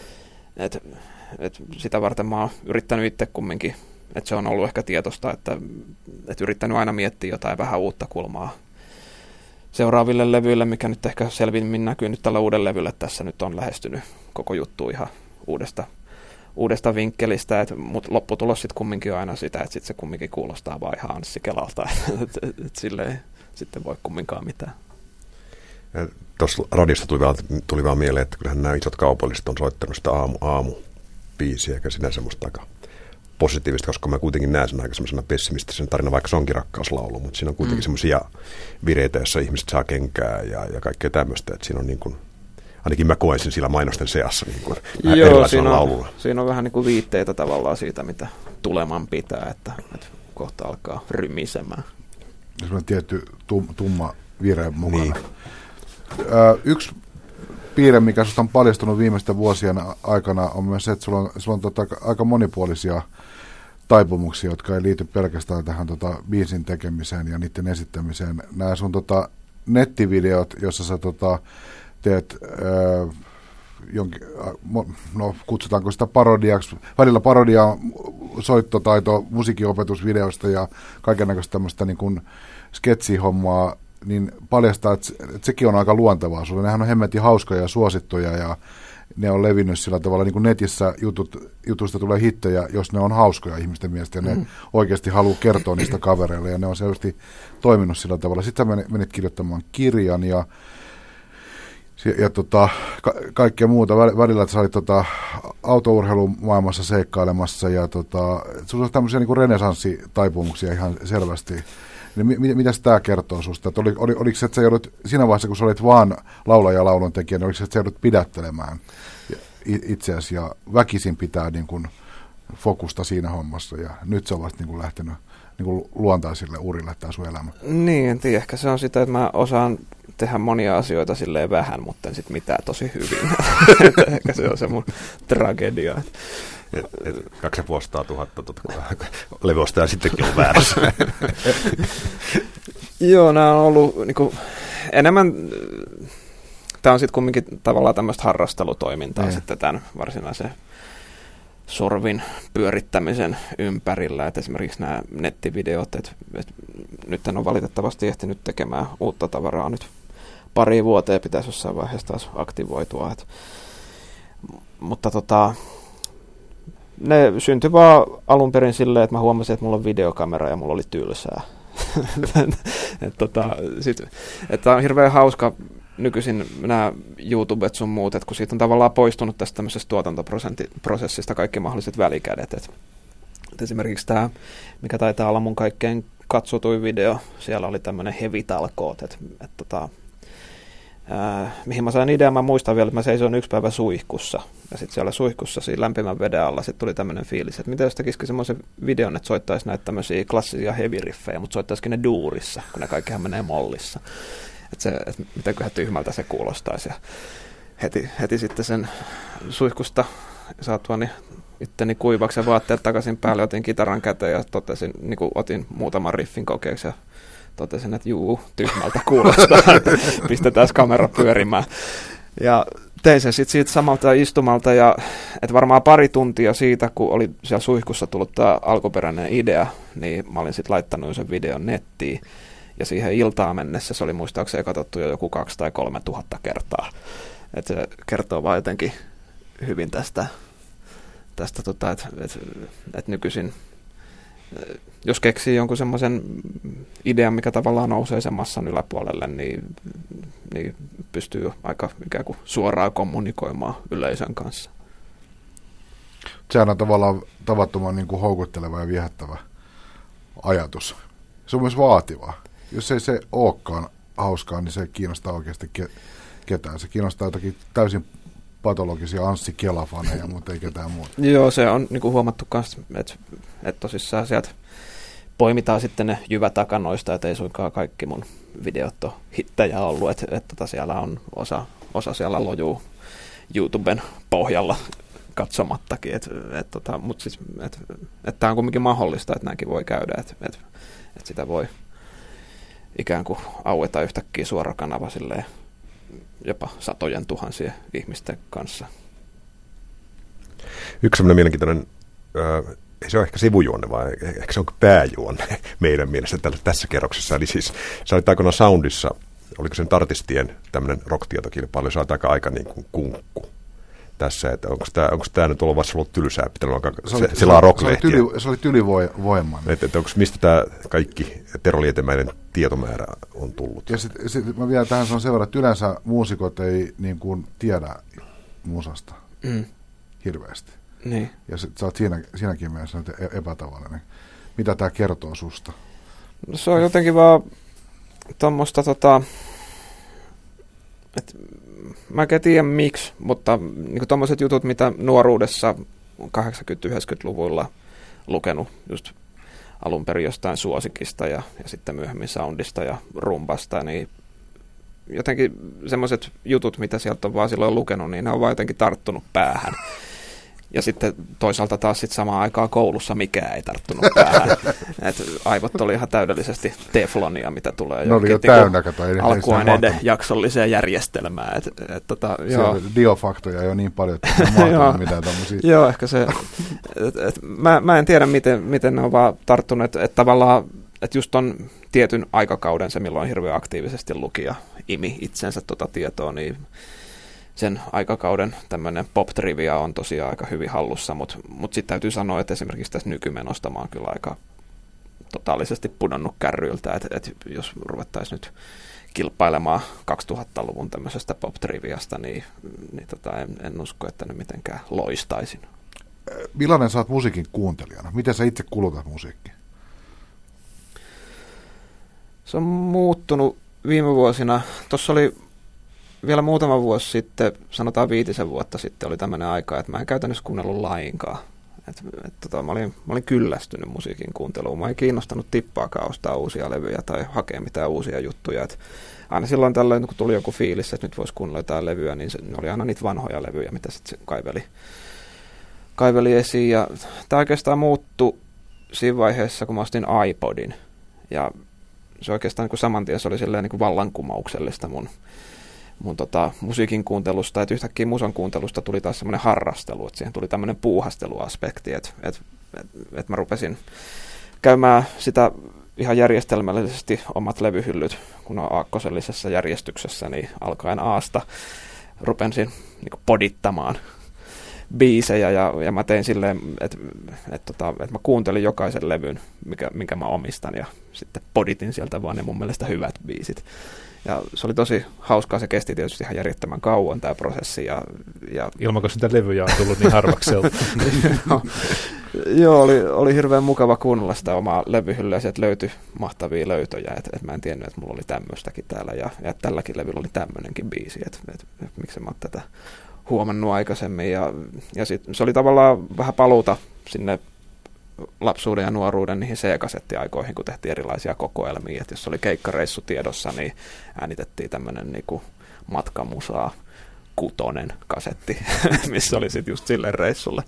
sitä varten mä oon yrittänyt itse kumminkin, että se on ollut ehkä tietoista, että yrittänyt aina miettiä jotain vähän uutta kulmaa seuraaville levyille, mikä nyt ehkä selvimmin näkyy nyt tällä uuden levyllä. Tässä nyt on lähestynyt koko juttu ihan uudesta vinkkelistä, mutta lopputulos sitten kumminkin on aina sitä, että sit se kumminkin kuulostaa vaan ihan Anssi Kelalta, että sille ei sitten voi kumminkaan mitään. Tuossa radiosta tuli vaan mieleen, että kyllähän nämä isot kaupalliset on soittanut sitä aamu-biisiä, eikä sinä semmoista aika positiivista, koska mä kuitenkin näen sen aika semmoisena pessimistisen tarina, vaikka se onkin rakkauslaulu, mutta siinä on kuitenkin semmoisia vireitä, joissa ihmiset saa kenkää ja kaikkea tämmöistä, että siinä on niin kuin, ainakin mä koen sen sillä mainosten seassa niin kuin erilaisella laululla. Siinä on vähän niin kuin viitteitä tavallaan siitä, mitä tuleman pitää, että kohta alkaa rymisemään. Semmoinen tietty tumma vire mukana. Niin. Yksi piirre, mikä sinusta on paljastunut viimeisten vuosien aikana, on myös se, että sulla on aika monipuolisia taipumuksia, jotka ei liity pelkästään tähän biisin tekemiseen ja niiden esittämiseen. Nämä sun nettivideot, jossa sä teet kutsutaanko sitä parodiaksi, välillä parodiaa soittotaito musiikinopetusvideosta ja kaikennäköistä tämmöistä niin kuin sketsihommaa, niin paljastaa, että sekin on aika luontevaa sulle. Nehän on hemmetin hauskoja ja suosittuja ja ne on levinnyt sillä tavalla, niin kuin netissä jutuista tulee hittejä, jos ne on hauskoja ihmisten mielestä ja ne oikeasti haluaa kertoa niistä kavereille ja ne on selvästi toiminut sillä tavalla. Sitten sä menit kirjoittamaan kirjan ja kaikkea muuta. Välillä sä olit autourheilumaailmassa seikkailemassa ja sulla on tämmöisiä niin kuin renesanssitaipumuksia ihan selvästi. Mitäs tämä kertoo susta? Että oliko se, että sä joudut siinä vaiheessa, kun sä olit vaan laulaja ja lauluntekijä, niin oliko se, että sä joudut pidättelemään itseäsi ja väkisin pitää niin kuin fokusta siinä hommassa ja nyt se on vasta niin kuin lähtenyt niin kuin luontaisille urille tämä sun elämä? Niin, en tiedä. Ehkä se on sitä, että mä osaan tehdä monia asioita silleen vähän, mutta en sitten mitään tosi hyvin. Ehkä se on se mun tragedia. 250 000 levyostajaa sittenkin on väärässä. Joo, nämä on ollut niinku, enemmän, tämä on sitten kumminkin tavallaan tämmöistä harrastelutoimintaa sitten tämän varsinaisen sorvin pyörittämisen ympärillä. Et esimerkiksi nämä nettivideot, että nyt en ole valitettavasti ehtinyt tekemään uutta tavaraa nyt pari vuoteen, pitäisi jossain vaiheessa taas aktivoitua. Mutta ne syntyi vaan alun perin silleen, että mä huomasin, että mulla on videokamera ja mulla oli tylsää. Että on hirveän hauska nykyisin nämä YouTubet sun muut, että kun siitä on tavallaan poistunut tästä tämmöisestä tuotantoprosessista kaikki mahdolliset välikädet. Et esimerkiksi tämä, mikä taitaa olla mun kaikkein katsotuin video. Siellä oli tämmöinen hevitalkoot, mihin mä sain idean, mä muistan vielä, että mä seisoin yksi päivä suihkussa. Ja sitten siellä suihkussa siinä lämpimän veden alla sitten tuli tämmöinen fiilis, että mitä jos tekisikin semmoisen videon, että soittaisi näitä tämmöisiä klassisia heavy-riffejä, mutta soittaisikin ne duurissa, kun ne kaikkihan menee mollissa. Että mitenköhän tyhmältä se kuulostaisi. Ja heti sitten sen suihkusta saatuani itteni kuivaksi ja vaatteet takaisin päälle, otin kitaran käteen ja totesin, niin kuin otin muutaman riffin kokeeksi ja totesin, että tyhmältä kuulostaa, että pistetään kamera pyörimään. Ja tein sen sitten siitä samalta istumalta ja että varmaan pari tuntia siitä, kun oli siellä suihkussa tullut tämä alkuperäinen idea, niin mä olin sitten laittanut sen videon nettiin. Ja siihen iltaan mennessä se oli muistaakseni katsottu jo joku 2 tai 3 tuhatta kertaa. Että se kertoo vaan jotenkin hyvin tästä että nykyisin, jos keksii jonkun semmoisen idean, mikä tavallaan nousee sen massan yläpuolelle, niin pystyy aika ikään kuin suoraan kommunikoimaan yleisön kanssa. Sehän on tavallaan tavattoman niin kuin houkutteleva ja viehättävä ajatus. Se on myös vaativaa. Jos ei se olekaan hauskaa, niin se ei kiinnostaa oikeasti ketään. Se kiinnostaa jotakin täysin patologisia Anssi Kela-faneja, mutta ei ketään muuta. Joo, se on niin kuin huomattu myös, että tosissaan sieltä poimitaan sitten ne jyvätakanoista, että ei suinkaan kaikki mun videot ole hittejä ollut, että siellä on osa siellä lojuu YouTuben pohjalla katsomattakin, mutta siis, tämä on kuitenkin mahdollista, että näinkin voi käydä, että sitä voi ikään kuin aueta yhtäkkiä suora kanava silleen jopa satojen tuhansien ihmisten kanssa. Yksi sellainen mielenkiintoinen, ei se ole ehkä sivujuonne, vaan ehkä se on pääjuonne meidän mielestä tässä kerroksessa. Eli siis sä olit aikoinaan Soundissa, oliko se nyt artistien tämmöinen rock-tietokilpailu, sä olit aika niin kuin kunkku tässä, että onko tämä nyt ollut vasta ollut tylsää, pitänyt alkaa selaa rock-lehtiä. Se oli tylivoiman. Että mistä tämä kaikki Tero Lietemäinen tietomäärä on tullut? Ja sit mä vielä tähän sanon sen verran, että yleensä muusikot ei niin kuin tiedä musasta hirveästi. Niin. Ja sä oot siinäkin mielessä epätavallinen. Mitä tämä kertoo susta? No, se on jotenkin vaan tuommoista että mä en tiedä miksi, mutta niin tuommoiset jutut, mitä nuoruudessa 80-90-luvuilla lukenut just alun perin jostain Suosikista ja sitten myöhemmin Soundista ja Rumbasta, niin jotenkin semmoiset jutut, mitä sieltä on vaan silloin lukenut, niin ne on vaan jotenkin tarttunut päähän. Ja sitten toisaalta taas sit samaan aikaan koulussa mikään ei tarttunut päähän. Et aivot oli ihan täydellisesti teflonia, mitä tulee alkuaineiden jaksolliseen järjestelmään. Diofaktoja ei ole niin paljon, että ei mahtunut mitään tämmöisiä. Joo, ehkä se. Mä en tiedä, miten ne on vaan tarttuneet. Että tavallaan, että just on tietyn aikakauden se, milloin hirveän aktiivisesti lukija imi itsensä tietoa, niin sen aikakauden tämmöinen pop-trivia on tosiaan aika hyvin hallussa, mutta sitten täytyy sanoa, että esimerkiksi tässä nykymenosta mä oon kyllä aika totaalisesti pudonnut kärryiltä, että jos ruvettaisiin nyt kilpailemaan 2000-luvun tämmöisestä pop-triviasta, niin en usko, että ne mitenkään loistaisin. Millainen sä oot musiikin kuuntelijana? Miten sä itse kulutat musiikkia? Se on muuttunut viime vuosina. Tuossa oli vielä muutama vuosi sitten, sanotaan 5 vuotta sitten, oli tämmöinen aika, että mä en käytännössä kuunnellut lainkaan. Mä olin kyllästynyt musiikin kuunteluun. Mä en kiinnostanut tippaakaan ostaa uusia levyjä tai hakea mitään uusia juttuja. Aina silloin tällöin, kun tuli joku fiilis, että nyt voisi kuunnella jotain levyä, niin ne oli aina niitä vanhoja levyjä, mitä sitten kaiveli esiin. Ja tämä oikeastaan muuttui siinä vaiheessa, kun mä ostin iPodin. Ja se oikeastaan niin kuin saman tien se oli silleen niin kuin vallankumouksellista mun musiikin kuuntelusta, että yhtäkkiä musan kuuntelusta tuli taas semmoinen harrastelu, että siihen tuli tämmöinen puuhasteluaspekti, että mä rupesin käymään sitä ihan järjestelmällisesti omat levyhyllyt, kun on aakkosellisessa järjestyksessä, niin alkaen Aasta rupensin niin kuin podittamaan biisejä ja mä tein silleen, että mä kuuntelin jokaisen levyn, minkä mä omistan ja sitten poditin sieltä vaan ne mun mielestä hyvät biisit. Ja se oli tosi hauskaa, se kesti tietysti ihan järjettömän kauan tämä prosessi. Ja ilman, kun sitä levyjä on tullut niin harvakselta. Joo, oli hirveän mukava kuunnella sitä omaa levyhyllyä, ja sieltä löytyi mahtavia löytöjä, että mä en tiennyt, että mulla oli tämmöistäkin täällä, ja tälläkin levyllä oli tämmöinenkin biisi, että miksi mä oon tätä huomannut aikaisemmin, ja sitten se oli tavallaan vähän paluuta sinne lapsuuden ja nuoruuden niihin C-kasettiaikoihin, kun tehtiin erilaisia kokoelmia, että jos oli keikkareissu tiedossa, niin äänitettiin tämmöinen niinku matkamusaa 6 kasetti, missä oli sitten just sille reissulle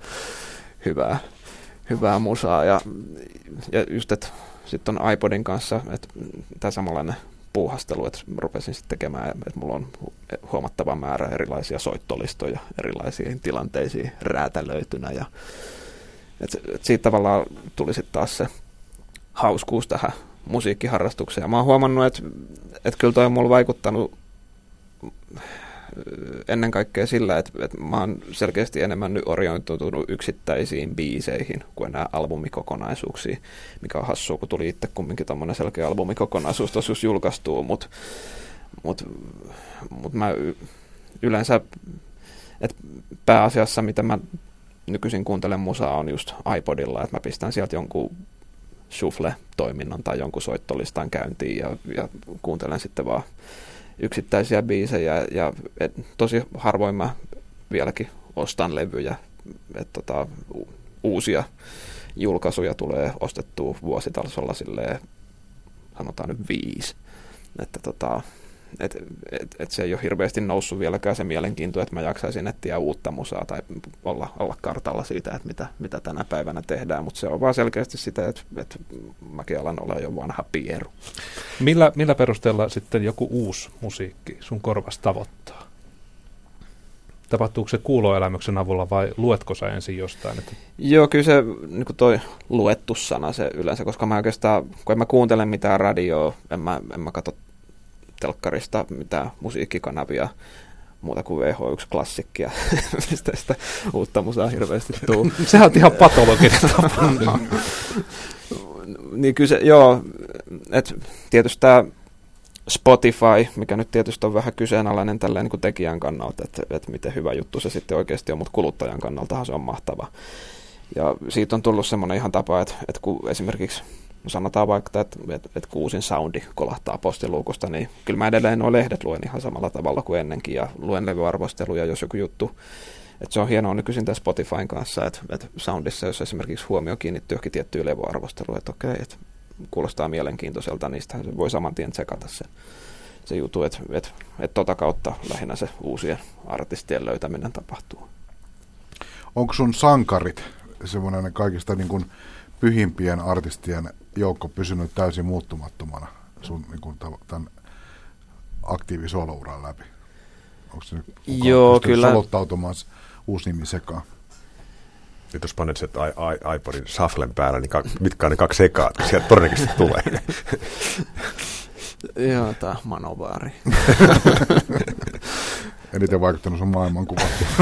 hyvää musaa. Ja just, että sitten on iPodin kanssa, että tämä samanlainen puuhastelu, että rupesin sitten tekemään, että mulla on huomattava määrä erilaisia soittolistoja erilaisiin tilanteisiin räätälöitynä. Ja että siitä tavallaan tuli sitten taas se hauskuus tähän musiikkiharrastukseen. Ja mä oon huomannut, että kyllä toi on mulla vaikuttanut ennen kaikkea sillä, että mä oon selkeästi enemmän nyt orientoitunut yksittäisiin biiseihin kuin enää albumikokonaisuuksiin, mikä on hassua, kun tuli itse kumminkin tommoinen selkeä albumikokonaisuus tuossa just julkaistuu, mutta mä yleensä, että pääasiassa mitä mä nykyisin kuuntelen musaa on just iPodilla, että mä pistän sieltä jonkun shuffle-toiminnon tai jonkun soittolistan käyntiin ja kuuntelen sitten vaan yksittäisiä biisejä ja tosi harvoin mä vieläkin ostan levyjä, että uusia julkaisuja tulee ostettua vuositasolla silleen, sanotaan nyt 5, että se ei ole hirveästi noussut vieläkään se mielenkiinto, että mä jaksaisin etsiä uutta musaa tai olla kartalla siitä, että mitä tänä päivänä tehdään, mutta se on vaan selkeästi sitä, että mäkin alan olla jo vanha pieru. Millä perusteella sitten joku uusi musiikki sun korvas tavoittaa? Tapahtuuko se kuuloelämyksen avulla vai luetko sä ensin jostain? Että... Joo, kyllä se niin toi luettu sana se yleensä, koska mä oikeastaan, kun en mä kuuntele mitään radioa, en mä katso telkkarista mitään musiikkikanavia, muuta kuin VH1-klassikkia, mistä sitä uutta musaa hirveästi tuu. Sehän on ihan patologinen tapa. Niin kyllä se, joo, että tietysti tämä Spotify, mikä nyt tietysti on vähän kyseenalainen tälleen niin kuin tekijän kannalta, että miten hyvä juttu se sitten oikeasti on, mutta kuluttajan kannaltahan se on mahtava. Ja siitä on tullut semmoinen ihan tapa, että kun esimerkiksi sanotaan vaikka, että kun uusin soundi kolahtaa postiluukusta, niin kyllä mä edelleen nuo lehdet luen ihan samalla tavalla kuin ennenkin ja luen levyarvosteluja, jos joku juttu. Että se on hienoa nykyisin tässä Spotifyn kanssa, että soundissa, jos esimerkiksi huomio kiinnittyy johonkin tiettyyn levyarvosteluun, että okei, että kuulostaa mielenkiintoiselta, niistähän se voi saman tien tsekata se juttu, että tota kautta lähinnä se uusien artistien löytäminen tapahtuu. Onko sun sankarit semmoinen kaikista niin kuin pyhimpien artistien joukko pysynyt täysin muuttumattomana sun niin kuin tämän aktiivisolouran läpi? Onko se joo, kyllä solottautumaan uusi nimi sekaan? Nyt jos panet iPodin shufflen päällä, niin mitkä on ne 2 ekaa, että sieltä todennäköisesti tulee. Joo, tämä Manovaari. Eniten vaikuttanut sun maailmankuva.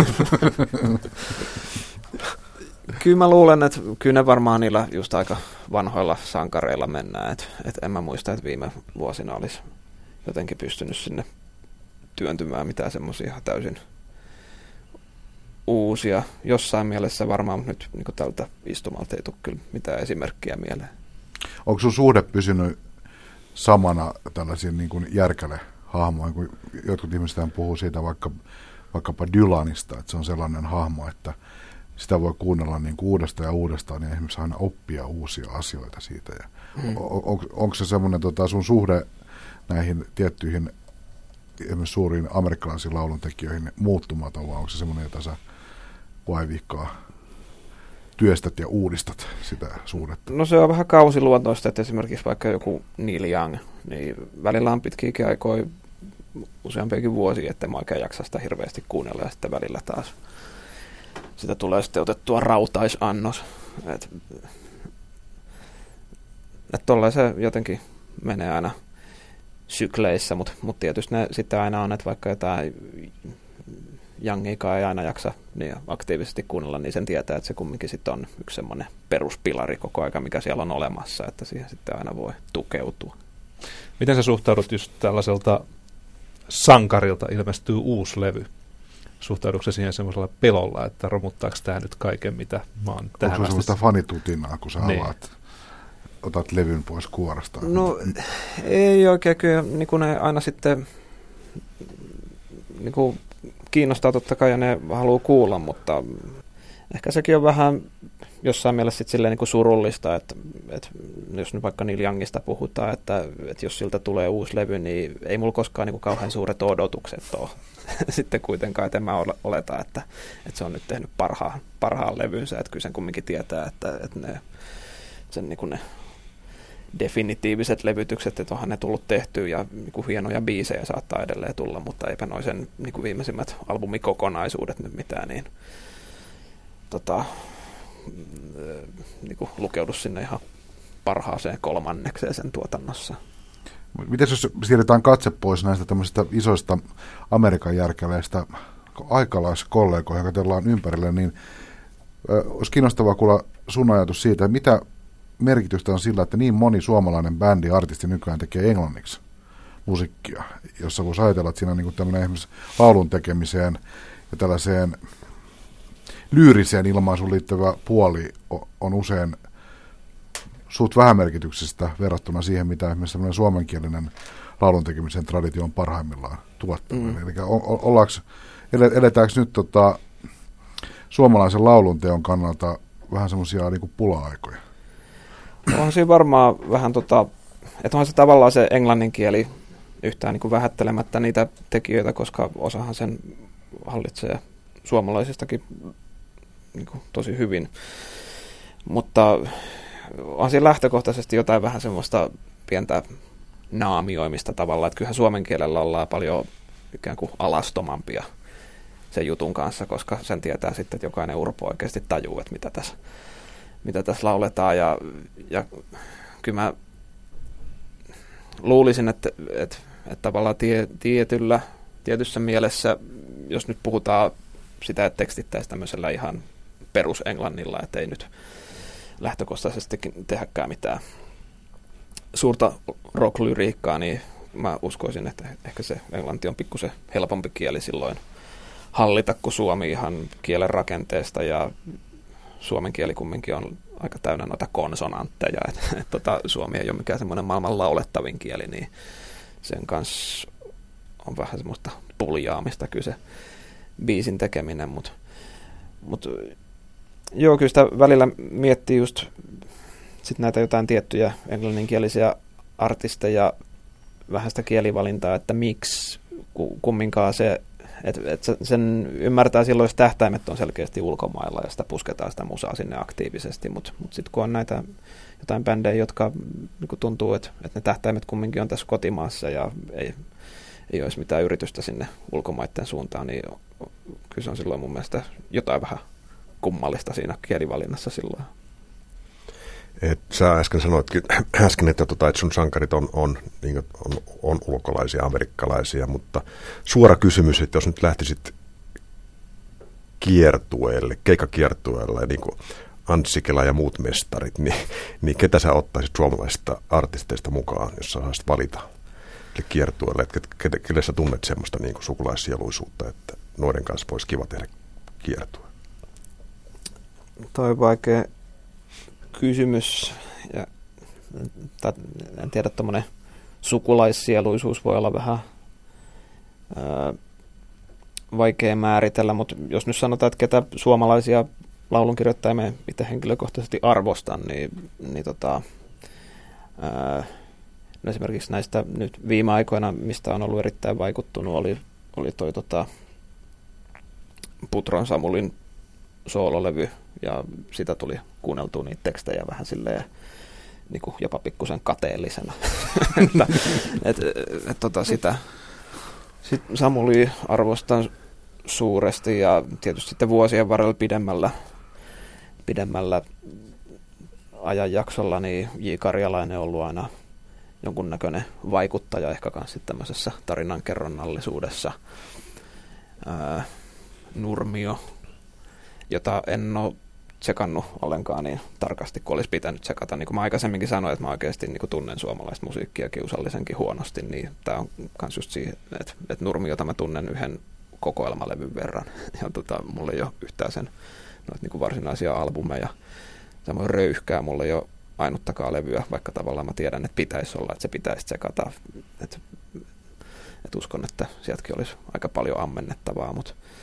Kyllä mä luulen, että kyllä ne varmaan niillä just aika vanhoilla sankareilla mennään. Et en mä muista, että viime vuosina olisi jotenkin pystynyt sinne työntymään mitään semmoisia täysin uusia. Jossain mielessä varmaan, mutta nyt niin tältä istumalta ei tule kyllä mitään esimerkkiä mieleen. Onko sun suhde pysynyt samana tällaisiin niin kuin järkäle-hahmoihin, kun jotkut ihmiset puhuu siitä vaikkapa Dylanista, että se on sellainen hahmo, että sitä voi kuunnella niin kuin uudestaan ja uudestaan ja esimerkiksi aina oppia uusia asioita siitä. Ja onko se semmoinen sun suhde näihin tiettyihin esimerkiksi suuriin amerikkalaisiin lauluntekijöihin muuttumaton, vai onko se semmoinen, jota sä vaivihkaa työstät ja uudistat sitä suhdetta? No se on vähän kausiluontoista, että esimerkiksi vaikka joku Neil Young, niin välillä on pitkiäkin aikoja useampiakin vuosia, että mä oikein jaksa sitä hirveästi kuunnella ja sitten välillä taas sitä tulee sitten otettua rautaisannos. Että tolleen se jotenkin menee aina sykleissä, mutta tietysti ne sitten aina on, että vaikka jotain Youngiikaan ei aina jaksa niin aktiivisesti kuunnella, niin sen tietää, että se kumminkin sitten on yksi semmoinen peruspilari koko aika, mikä siellä on olemassa, että siihen sitten aina voi tukeutua. Miten sä suhtaudut just tällaiselta sankarilta ilmestyy uusi levy? suhtaudutko se siihen semmoisella pelolla, että romuttaako tämä nyt kaiken, mitä mä oon tähän asti? Onko se semmoista fanitutinaa, kun sä otat levyn pois kuoresta? No ei oikein, kyllä niin kuin ne aina sitten niin kuin kiinnostaa totta kai ja ne haluaa kuulla, mutta ehkä sekin on vähän jossain mielessä sitten silleen niin kuin surullista, että jos nyt vaikka Neil Youngista puhutaan, että jos siltä tulee uusi levy, niin ei mulla koskaan niin kuin kauhean suuret odotukset ole sitten kuitenkaan, että en mä oleta, että se on nyt tehnyt parhaan levynsä, että kyllä sen kumminkin tietää, että sen niin kuin ne definitiiviset levytykset, että onhan ne tullut tehtyä ja niin kuin hienoja biisejä saattaa edelleen tulla, mutta eipä noin sen niin kuin viimeisimmät albumikokonaisuudet nyt mitään niin niin kuin lukeudu sinne ihan parhaaseen kolmannekseen sen tuotannossa. Miten jos siirretään katse pois näistä tämmöisistä isoista Amerikan järkeleistä aikalaiskollegoihin, jotka teillä on ympärillä, niin olisi kiinnostavaa kuulla sun ajatus siitä, mitä merkitystä on sillä, että niin moni suomalainen bändi, artisti nykyään tekee englanniksi musiikkia, jossa voisi ajatella, että siinä on niin kuin tämmöinen esimerkiksi laulun tekemiseen ja tällaiseen lyyriseen ilmaisuun liittyvä puoli on usein suht vähämerkityksestä verrattuna siihen, mitä esimerkiksi tämmöinen suomenkielinen laulun tekemisen traditio on parhaimmillaan tuottanut. Eli eletäänkö nyt suomalaisen laulunteon kannalta vähän semmoisia niin kuin pula-aikoja? Onhan siinä varmaan vähän, että onhan se tavallaan se englannin kieli yhtään niin kuin vähättelemättä niitä tekijöitä, koska osahan sen hallitsee suomalaisistakin niin kuin tosi hyvin. Mutta on siinä lähtökohtaisesti jotain vähän semmoista pientä naamioimista tavallaan, että kyllähän suomen kielellä ollaan paljon ikään kuin alastomampia sen jutun kanssa, koska sen tietää sitten, että jokainen urpo oikeasti tajuu, että mitä tässä lauletaan. Ja kyllä mä luulisin, että tavallaan tietyssä mielessä, jos nyt puhutaan sitä, että tekstittäisiin tämmöisellä ihan perusenglannilla, että ei nyt lähtökohtaisesti tehdäkään mitään suurta rock-lyriikkaa, niin mä uskoisin, että ehkä se englanti on pikkusen helpompi kieli silloin hallita kuin suomi ihan kielen rakenteesta, ja suomen kieli kumminkin on aika täynnä noita konsonantteja, että suomi ei ole mikään semmoinen maailman laulettavin kieli, niin sen kanssa on vähän semmoista puljaamista kyllä se biisin tekeminen, mutta joo, kyllä sitä välillä miettii just sit näitä jotain tiettyjä englanninkielisiä artisteja, vähän sitä kielivalintaa, että miksi kumminkaan se, että sen ymmärtää silloin, jos tähtäimet on selkeästi ulkomailla ja sitä pusketaan sitä musaa sinne aktiivisesti, mutta sitten kun on näitä jotain bändejä, jotka niin tuntuu, että ne tähtäimet kumminkin on tässä kotimaassa ja ei olisi mitään yritystä sinne ulkomaiden suuntaan, niin kyllä se on silloin mun mielestä jotain vähän kummallista siinä kielivalinnassa silloin. Sä äsken sanoitkin, että sun sankarit on ulkolaisia, amerikkalaisia, mutta suora kysymys, että jos nyt lähtisit kiertueelle, keikkakiertueelle, niin kuin Anssi Kela ja muut mestarit, niin ketä sä ottaisit suomalaisista artisteista mukaan, jos sä saisit valita kiertueelle, että kelle sä tunnet semmoista niin kuin sukulaissieluisuutta, että noiden kanssa voisi kiva tehdä kiertue? Toi on vaikea kysymys, ja en tiedä, tuommoinen sukulaiссieluisuus voi olla vähän vaikea määritellä, mutta jos nyt sanotaan, että ketä suomalaisia laulunkirjoittajia me itse henkilökohtaisesti arvostan, niin no esimerkiksi näistä nyt viime aikoina, mistä on ollut erittäin vaikuttunut, oli toi Putron Samulin soololevy, ja sitä tuli kuunneltua niitä tekstejä vähän silleen niin kuin jopa pikkusen kateellisena. Sitä Samulia arvostan suuresti, ja tietysti sitten vuosien varrella pidemmällä ajanjaksolla niin J. Karjalainen on ollut aina jonkunnäköinen vaikuttaja ehkä myös tämmöisessä tarinankerronnallisuudessa. Nurmio, jota en ole tsekannut ollenkaan niin tarkasti, kun olisi pitänyt tsekata. Niin kuin mä aikaisemminkin sanoin, että mä oikeasti niin kuin tunnen suomalaista musiikkia kiusallisenkin huonosti, niin tämä on myös just siihen, että Nurmiota mä tunnen yhden kokoelmalevyn verran. Ja mulla ei ole yhtään sen niin kuin varsinaisia albumeja. Samoin Röyhkää mulla ei ole ainuttakaan levyä, vaikka tavallaan mä tiedän, että pitäisi olla, että se pitäisi tsekata. Että uskon, että sieltäkin olisi aika paljon ammennettavaa,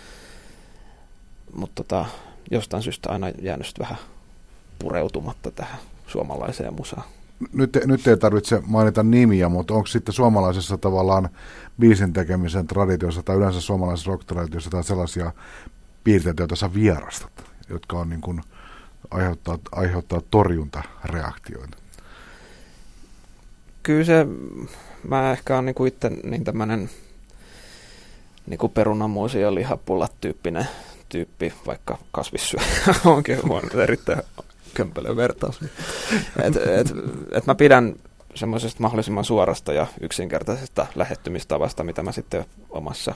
mutta jostain syystä aina jäänyt vähän pureutumatta tähän suomalaiseen musaan. Nyt ei tarvitse mainita nimiä, mutta onko sitten suomalaisessa tavallaan biisin tekemisen traditiossa tai yleensä suomalaisessa rock-traditiossa tai sellaisia piirteitä, joita sä vierastat, jotka on niin kuin aiheuttaa torjuntareaktioita? Kyllä mä ehkä olen niinku itse niin tämmöinen niinku perunamuusi ja lihapullat tyyppi, vaikka kasvissyöjä onkin erittäin kömpelö vertaus. Et mä pidän semmoisesta mahdollisimman suorasta ja yksinkertaisesta lähettymistavasta, mitä mä sitten omassa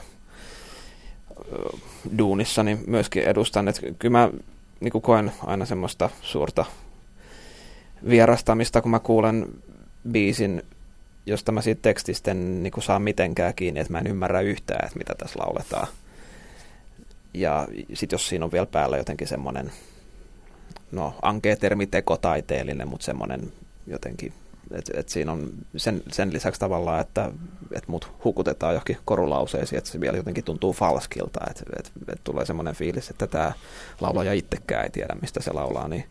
duunissani myöskin edustan. Et kyllä mä niin koen aina semmoista suurta vierastamista, kun mä kuulen biisin, josta mä siitä tekstistä en niin saa mitenkään kiinni, että mä en ymmärrä yhtään, että mitä tässä lauletaan. Ja sitten jos siinä on vielä päällä jotenkin semmoinen, ankea termi tekotaiteellinen, mutta semmoinen jotenkin, että siinä on sen lisäksi tavallaan, että mut hukutetaan johonkin korulauseisiin, että se vielä jotenkin tuntuu falskilta, että tulee semmoinen fiilis, että tämä laulaja itsekään ei tiedä, mistä se laulaa, niin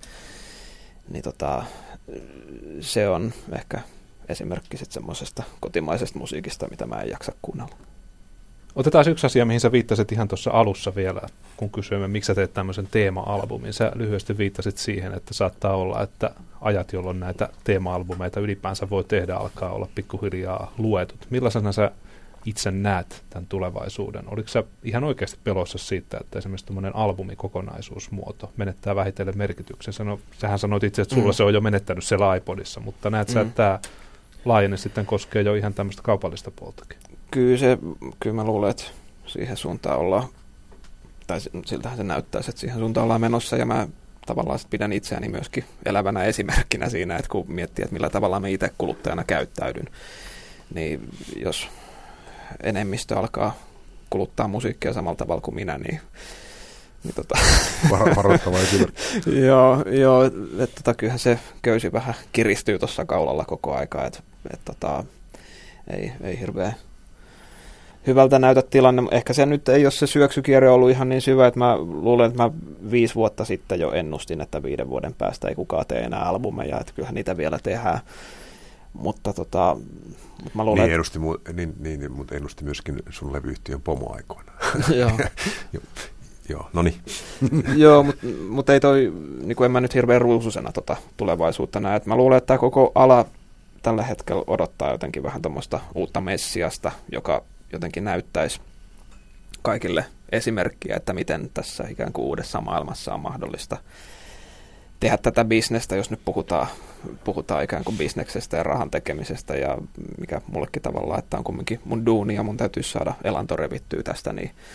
se on ehkä esimerkki sitten semmoisesta kotimaisesta musiikista, mitä mä en jaksa kuunnella. Otetaan yksi asia, mihin sä viittasit ihan tuossa alussa vielä, kun kysyimme, miksi sä teet tämmöisen teema-albumin. Sä lyhyesti viittasit siihen, että saattaa olla, että ajat, jolloin näitä teema-albumeita ylipäänsä voi tehdä, alkaa olla pikkuhiljaa luetut. Millaisena sä itse näet tämän tulevaisuuden? Oliko sä ihan oikeasti pelossa siitä, että esimerkiksi tämmöinen albumikokonaisuusmuoto menettää vähitellen merkityksensä? No, sähän sanoit itse, että sulla se on jo menettänyt siellä iPodissa, mutta näet sä, että tämä laajenne sitten koskee jo ihan tämmöistä kaupallista puoltakin? Kyllä mä luulen, että siihen suuntaan ollaan, tai siltähän se näyttäisi, että siihen suuntaan ollaan menossa, ja mä tavallaan pidän itseäni myöskin elävänä esimerkkinä siinä, että kun miettii, että millä tavalla mä itse kuluttajana käyttäydyn, niin jos enemmistö alkaa kuluttaa musiikkia samalla tavalla kuin minä, niin Varoittava esimerkki. Joo, että kyllähän se köysi vähän kiristyy tuossa kaulalla koko aikaa, että ei hirveän hyvältä näytä tilanne. Ehkä se nyt ei ole se syöksykierre ollut ihan niin syvä, että mä luulen, että mä 5 vuotta sitten jo ennustin, että 5 vuoden päästä ei kukaan tee enää albumeja, että kyllähän niitä vielä tehdään. Mutta mä luulen, mutta ennusti myöskin sun levyyhtiön pomoaikoina. Joo. Joo, no niin. Joo, mutta ei toi, niin en mä nyt hirveän ruususena tulevaisuutta näe. Et mä luulen, että tämä koko ala tällä hetkellä odottaa jotenkin vähän tuommoista uutta messiasta, joka jotenkin näyttäisi kaikille esimerkkiä, että miten tässä ikään kuin uudessa maailmassa on mahdollista tehdä tätä bisnestä, jos nyt puhutaan ikään kuin bisneksestä ja rahan tekemisestä, ja mikä mullekin tavallaan, että on kumminkin mun duuni ja mun täytyy saada elanto revittyä tästä,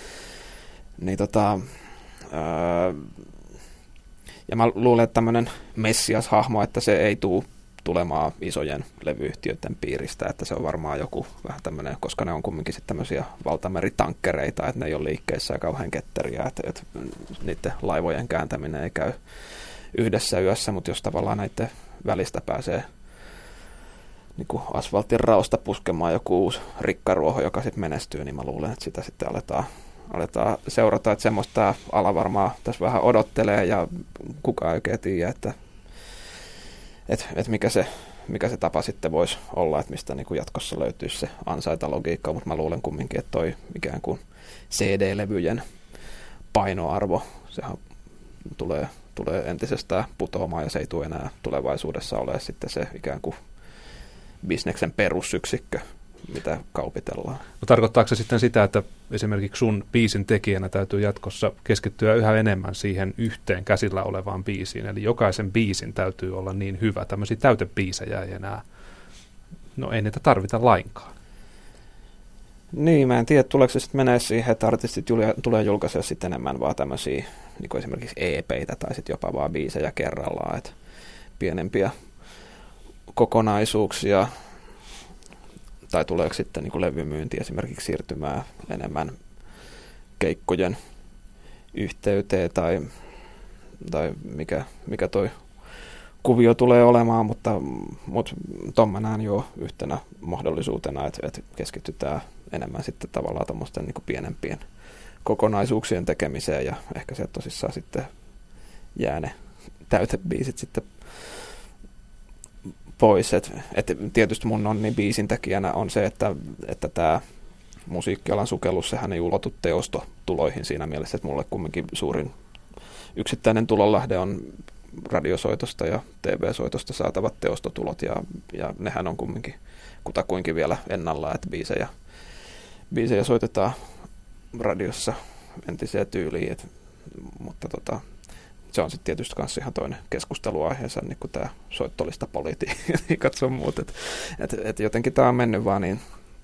ja mä luulen, että tämmöinen messias-hahmo, että se ei tulemaan isojen levyyhtiöiden piiristä, että se on varmaan joku vähän tämmöinen, koska ne on kumminkin sitten tämmöisiä valtameritankkereita, että ne ei ole liikkeissä ja kauhean ketteriä, että niiden laivojen kääntäminen ei käy yhdessä yössä, mutta jos tavallaan näiden välistä pääsee niin kuin asfaltin raosta puskemaan joku uusi rikkaruoho, joka sitten menestyy, niin mä luulen, että sitä sitten aletaan seurata, että semmoista tämä ala varmaan tässä vähän odottelee, ja kukaan ei oikein tiedä, että mikä se tapa sitten voisi olla, että mistä niin kuin jatkossa löytyisi se ansaintalogiikka, mutta mä luulen kumminkin, että toi ikään kuin CD-levyjen painoarvo, sehän tulee entisestään putoamaan, ja se ei tule enää tulevaisuudessa ole sitten se ikään kuin bisneksen perusyksikkö, mitä kaupitellaan. No, tarkoittaako se sitten sitä, että esimerkiksi sun biisin tekijänä täytyy jatkossa keskittyä yhä enemmän siihen yhteen käsillä olevaan biisiin, eli jokaisen biisin täytyy olla niin hyvä, tämmöisiä täytebiisejä ei enää, ei niitä tarvita lainkaan. Niin, mä en tiedä, tuleeko se sitten menee siihen, että artistit tulee julkaisea sitten enemmän vaan tämmöisiä, niin kuin esimerkiksi EP:itä tai sitten jopa vaan biisejä kerrallaan, että pienempiä kokonaisuuksia, tai tuleeko sitten niin kuin levymyynti esimerkiksi siirtymään enemmän keikkojen yhteyteen tai mikä toi kuvio tulee olemaan, mutta ton mä näen jo yhtenä mahdollisuutena, että keskitytään enemmän sitten tavallaan tuommoisten niin kuin pienempien kokonaisuuksien tekemiseen ja ehkä sieltä tosissaan sitten jää ne täytebiisit sitten pois. Et tietysti mun onni biisintekijänä on se, että tämä musiikkialan sukellus, sehän ei ulotu teostotuloihin siinä mielessä, että mulle kumminkin suurin yksittäinen tulonlähde on radiosoitosta ja TV-soitosta saatavat teostotulot, ja nehän on kumminkin kutakuinkin vielä ennallaan, että biisejä soitetaan radiossa entiseen tyyliin, mutta se on sitten tietysti myös ihan toinen keskusteluaiheensa, niin kuin tämä soittolista politiikat sun muut, että jotenkin tämä on mennyt vaan niin,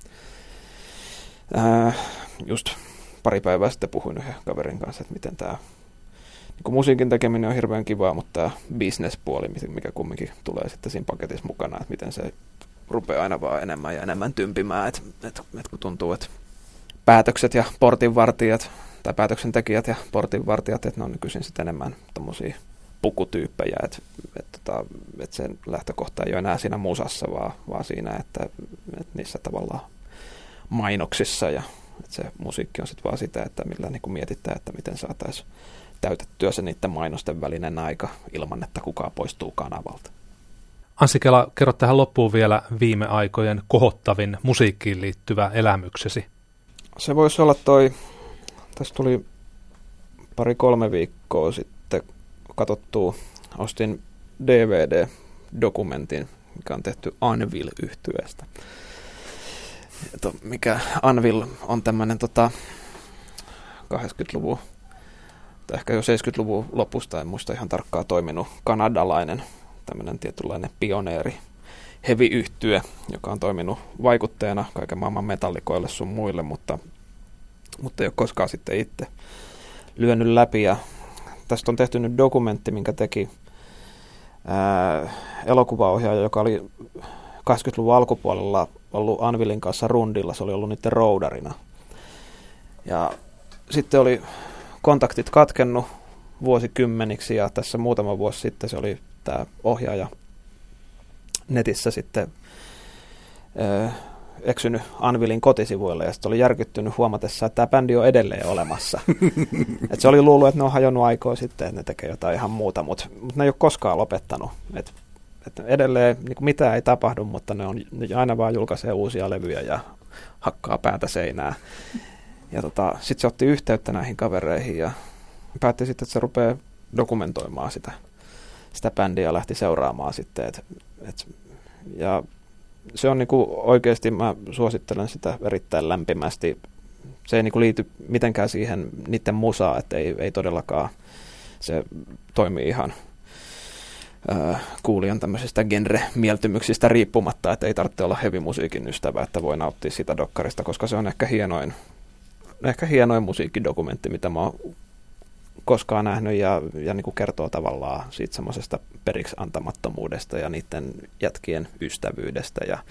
just pari päivää sitten puhuin yhden kaverin kanssa, että miten tämä niin musiikin tekeminen on hirveän kivaa, mutta tämä business-puoli, mikä kumminkin tulee sitten siinä paketissa mukana, että miten se rupeaa aina vaan enemmän ja enemmän tympimään, että kun tuntuu, että päätökset ja portinvartijat, tai päätöksentekijät ja portinvartijat, että ne on nykyisin sitten enemmän tommosia pukutyyppejä, että sen lähtökohta ei ole enää siinä musassa, vaan siinä, että niissä tavallaan mainoksissa, ja että se musiikki on sitten vaan sitä, että millä niin kuin mietitään, että miten saataisiin täytettyä se niiden mainosten välinen aika ilman, että kukaan poistuu kanavalta. Anssi Kela, kerro tähän loppuun vielä viime aikojen kohottavin musiikkiin liittyvä elämyksesi. Se voisi olla tässä tuli 2-3 viikkoa sitten katsottua, ostin DVD-dokumentin, mikä on tehty Anvil-yhtyeestä. Mikä Anvil on tämmöinen 80-luvun, tai ehkä jo 70-luvun lopusta, en muista ihan tarkkaan, toiminut kanadalainen tämmöinen tietynlainen pioneeri heavy-yhtye, joka on toiminut vaikutteena kaiken maailman metallikoille sun muille, mutta ei ole koskaan sitten itse lyönyt läpi. Ja tästä on tehty nyt dokumentti, minkä teki elokuvaohjaaja, joka oli 80-luvun alkupuolella ollut Anvilin kanssa rundilla. Se oli ollut niiden roudarina. Ja sitten oli kontaktit katkennut vuosikymmeniksi, ja tässä muutama vuosi sitten se oli tämä ohjaaja netissä sitten eksynyt Anvilin kotisivuille, ja sitten oli järkyttynyt huomatessa, että tämä bändi on edelleen olemassa. Et se oli luullut, että ne on hajonnut aikoja sitten, että ne tekee jotain ihan muuta, mutta ne ei ole koskaan lopettanut. Et edelleen niin kuin mitään ei tapahdu, mutta ne aina vaan julkaisee uusia levyjä ja hakkaa päätä seinää. Ja sitten se otti yhteyttä näihin kavereihin ja päätti sitten, että se rupeaa dokumentoimaan sitä bändiä ja lähti seuraamaan sitten. Ja se on niinku oikeasti, mä suosittelen sitä erittäin lämpimästi. Se ei niinku liity mitenkään siihen niiden musaa, että ei todellakaan se toimii ihan kuulijan tämmöisistä genre-mieltymyksistä riippumatta, että ei tarvitse olla heavy-musiikin ystävä, että voi nauttia sitä dokkarista, koska se on ehkä hienoin musiikkidokumentti, mitä mä oon koskaan nähnyt, ja niin kuin kertoo tavallaan siitä semmoisesta periksi antamattomuudesta ja niiden jätkien ystävyydestä ja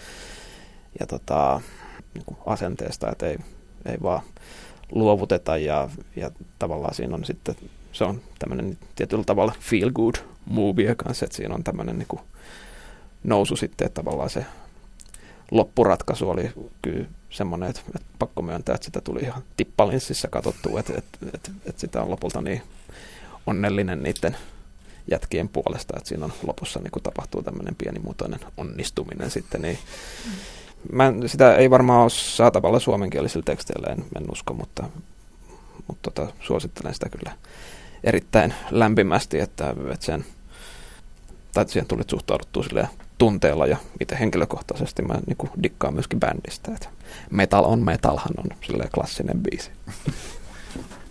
niin kuin asenteesta, että ei vaan luovuteta, ja tavallaan siinä on sitten, se on tämmöinen tietyllä tavalla feel good movie kanssa, että siinä on tämmöinen niin kuin nousu sitten, että tavallaan se loppuratkaisu oli kyllä semmoinen, että pakko myöntää, että sitä tuli ihan tippalinssissä katsottua, että sitä on lopulta niin onnellinen niiden jätkien puolesta, että siinä on lopussa niin kun tapahtuu tämmöinen pienimuotoinen onnistuminen sitten, niin sitä ei varmaan ole saatavalla suomenkielisillä teksteillä, en usko, mutta suosittelen sitä kyllä erittäin lämpimästi, että siihen tuli suhtauduttua silleen tunteella, ja itse henkilökohtaisesti mä niin kuin dikkaan myöskin bändistä. Että metal on metalhan on silleen klassinen biisi.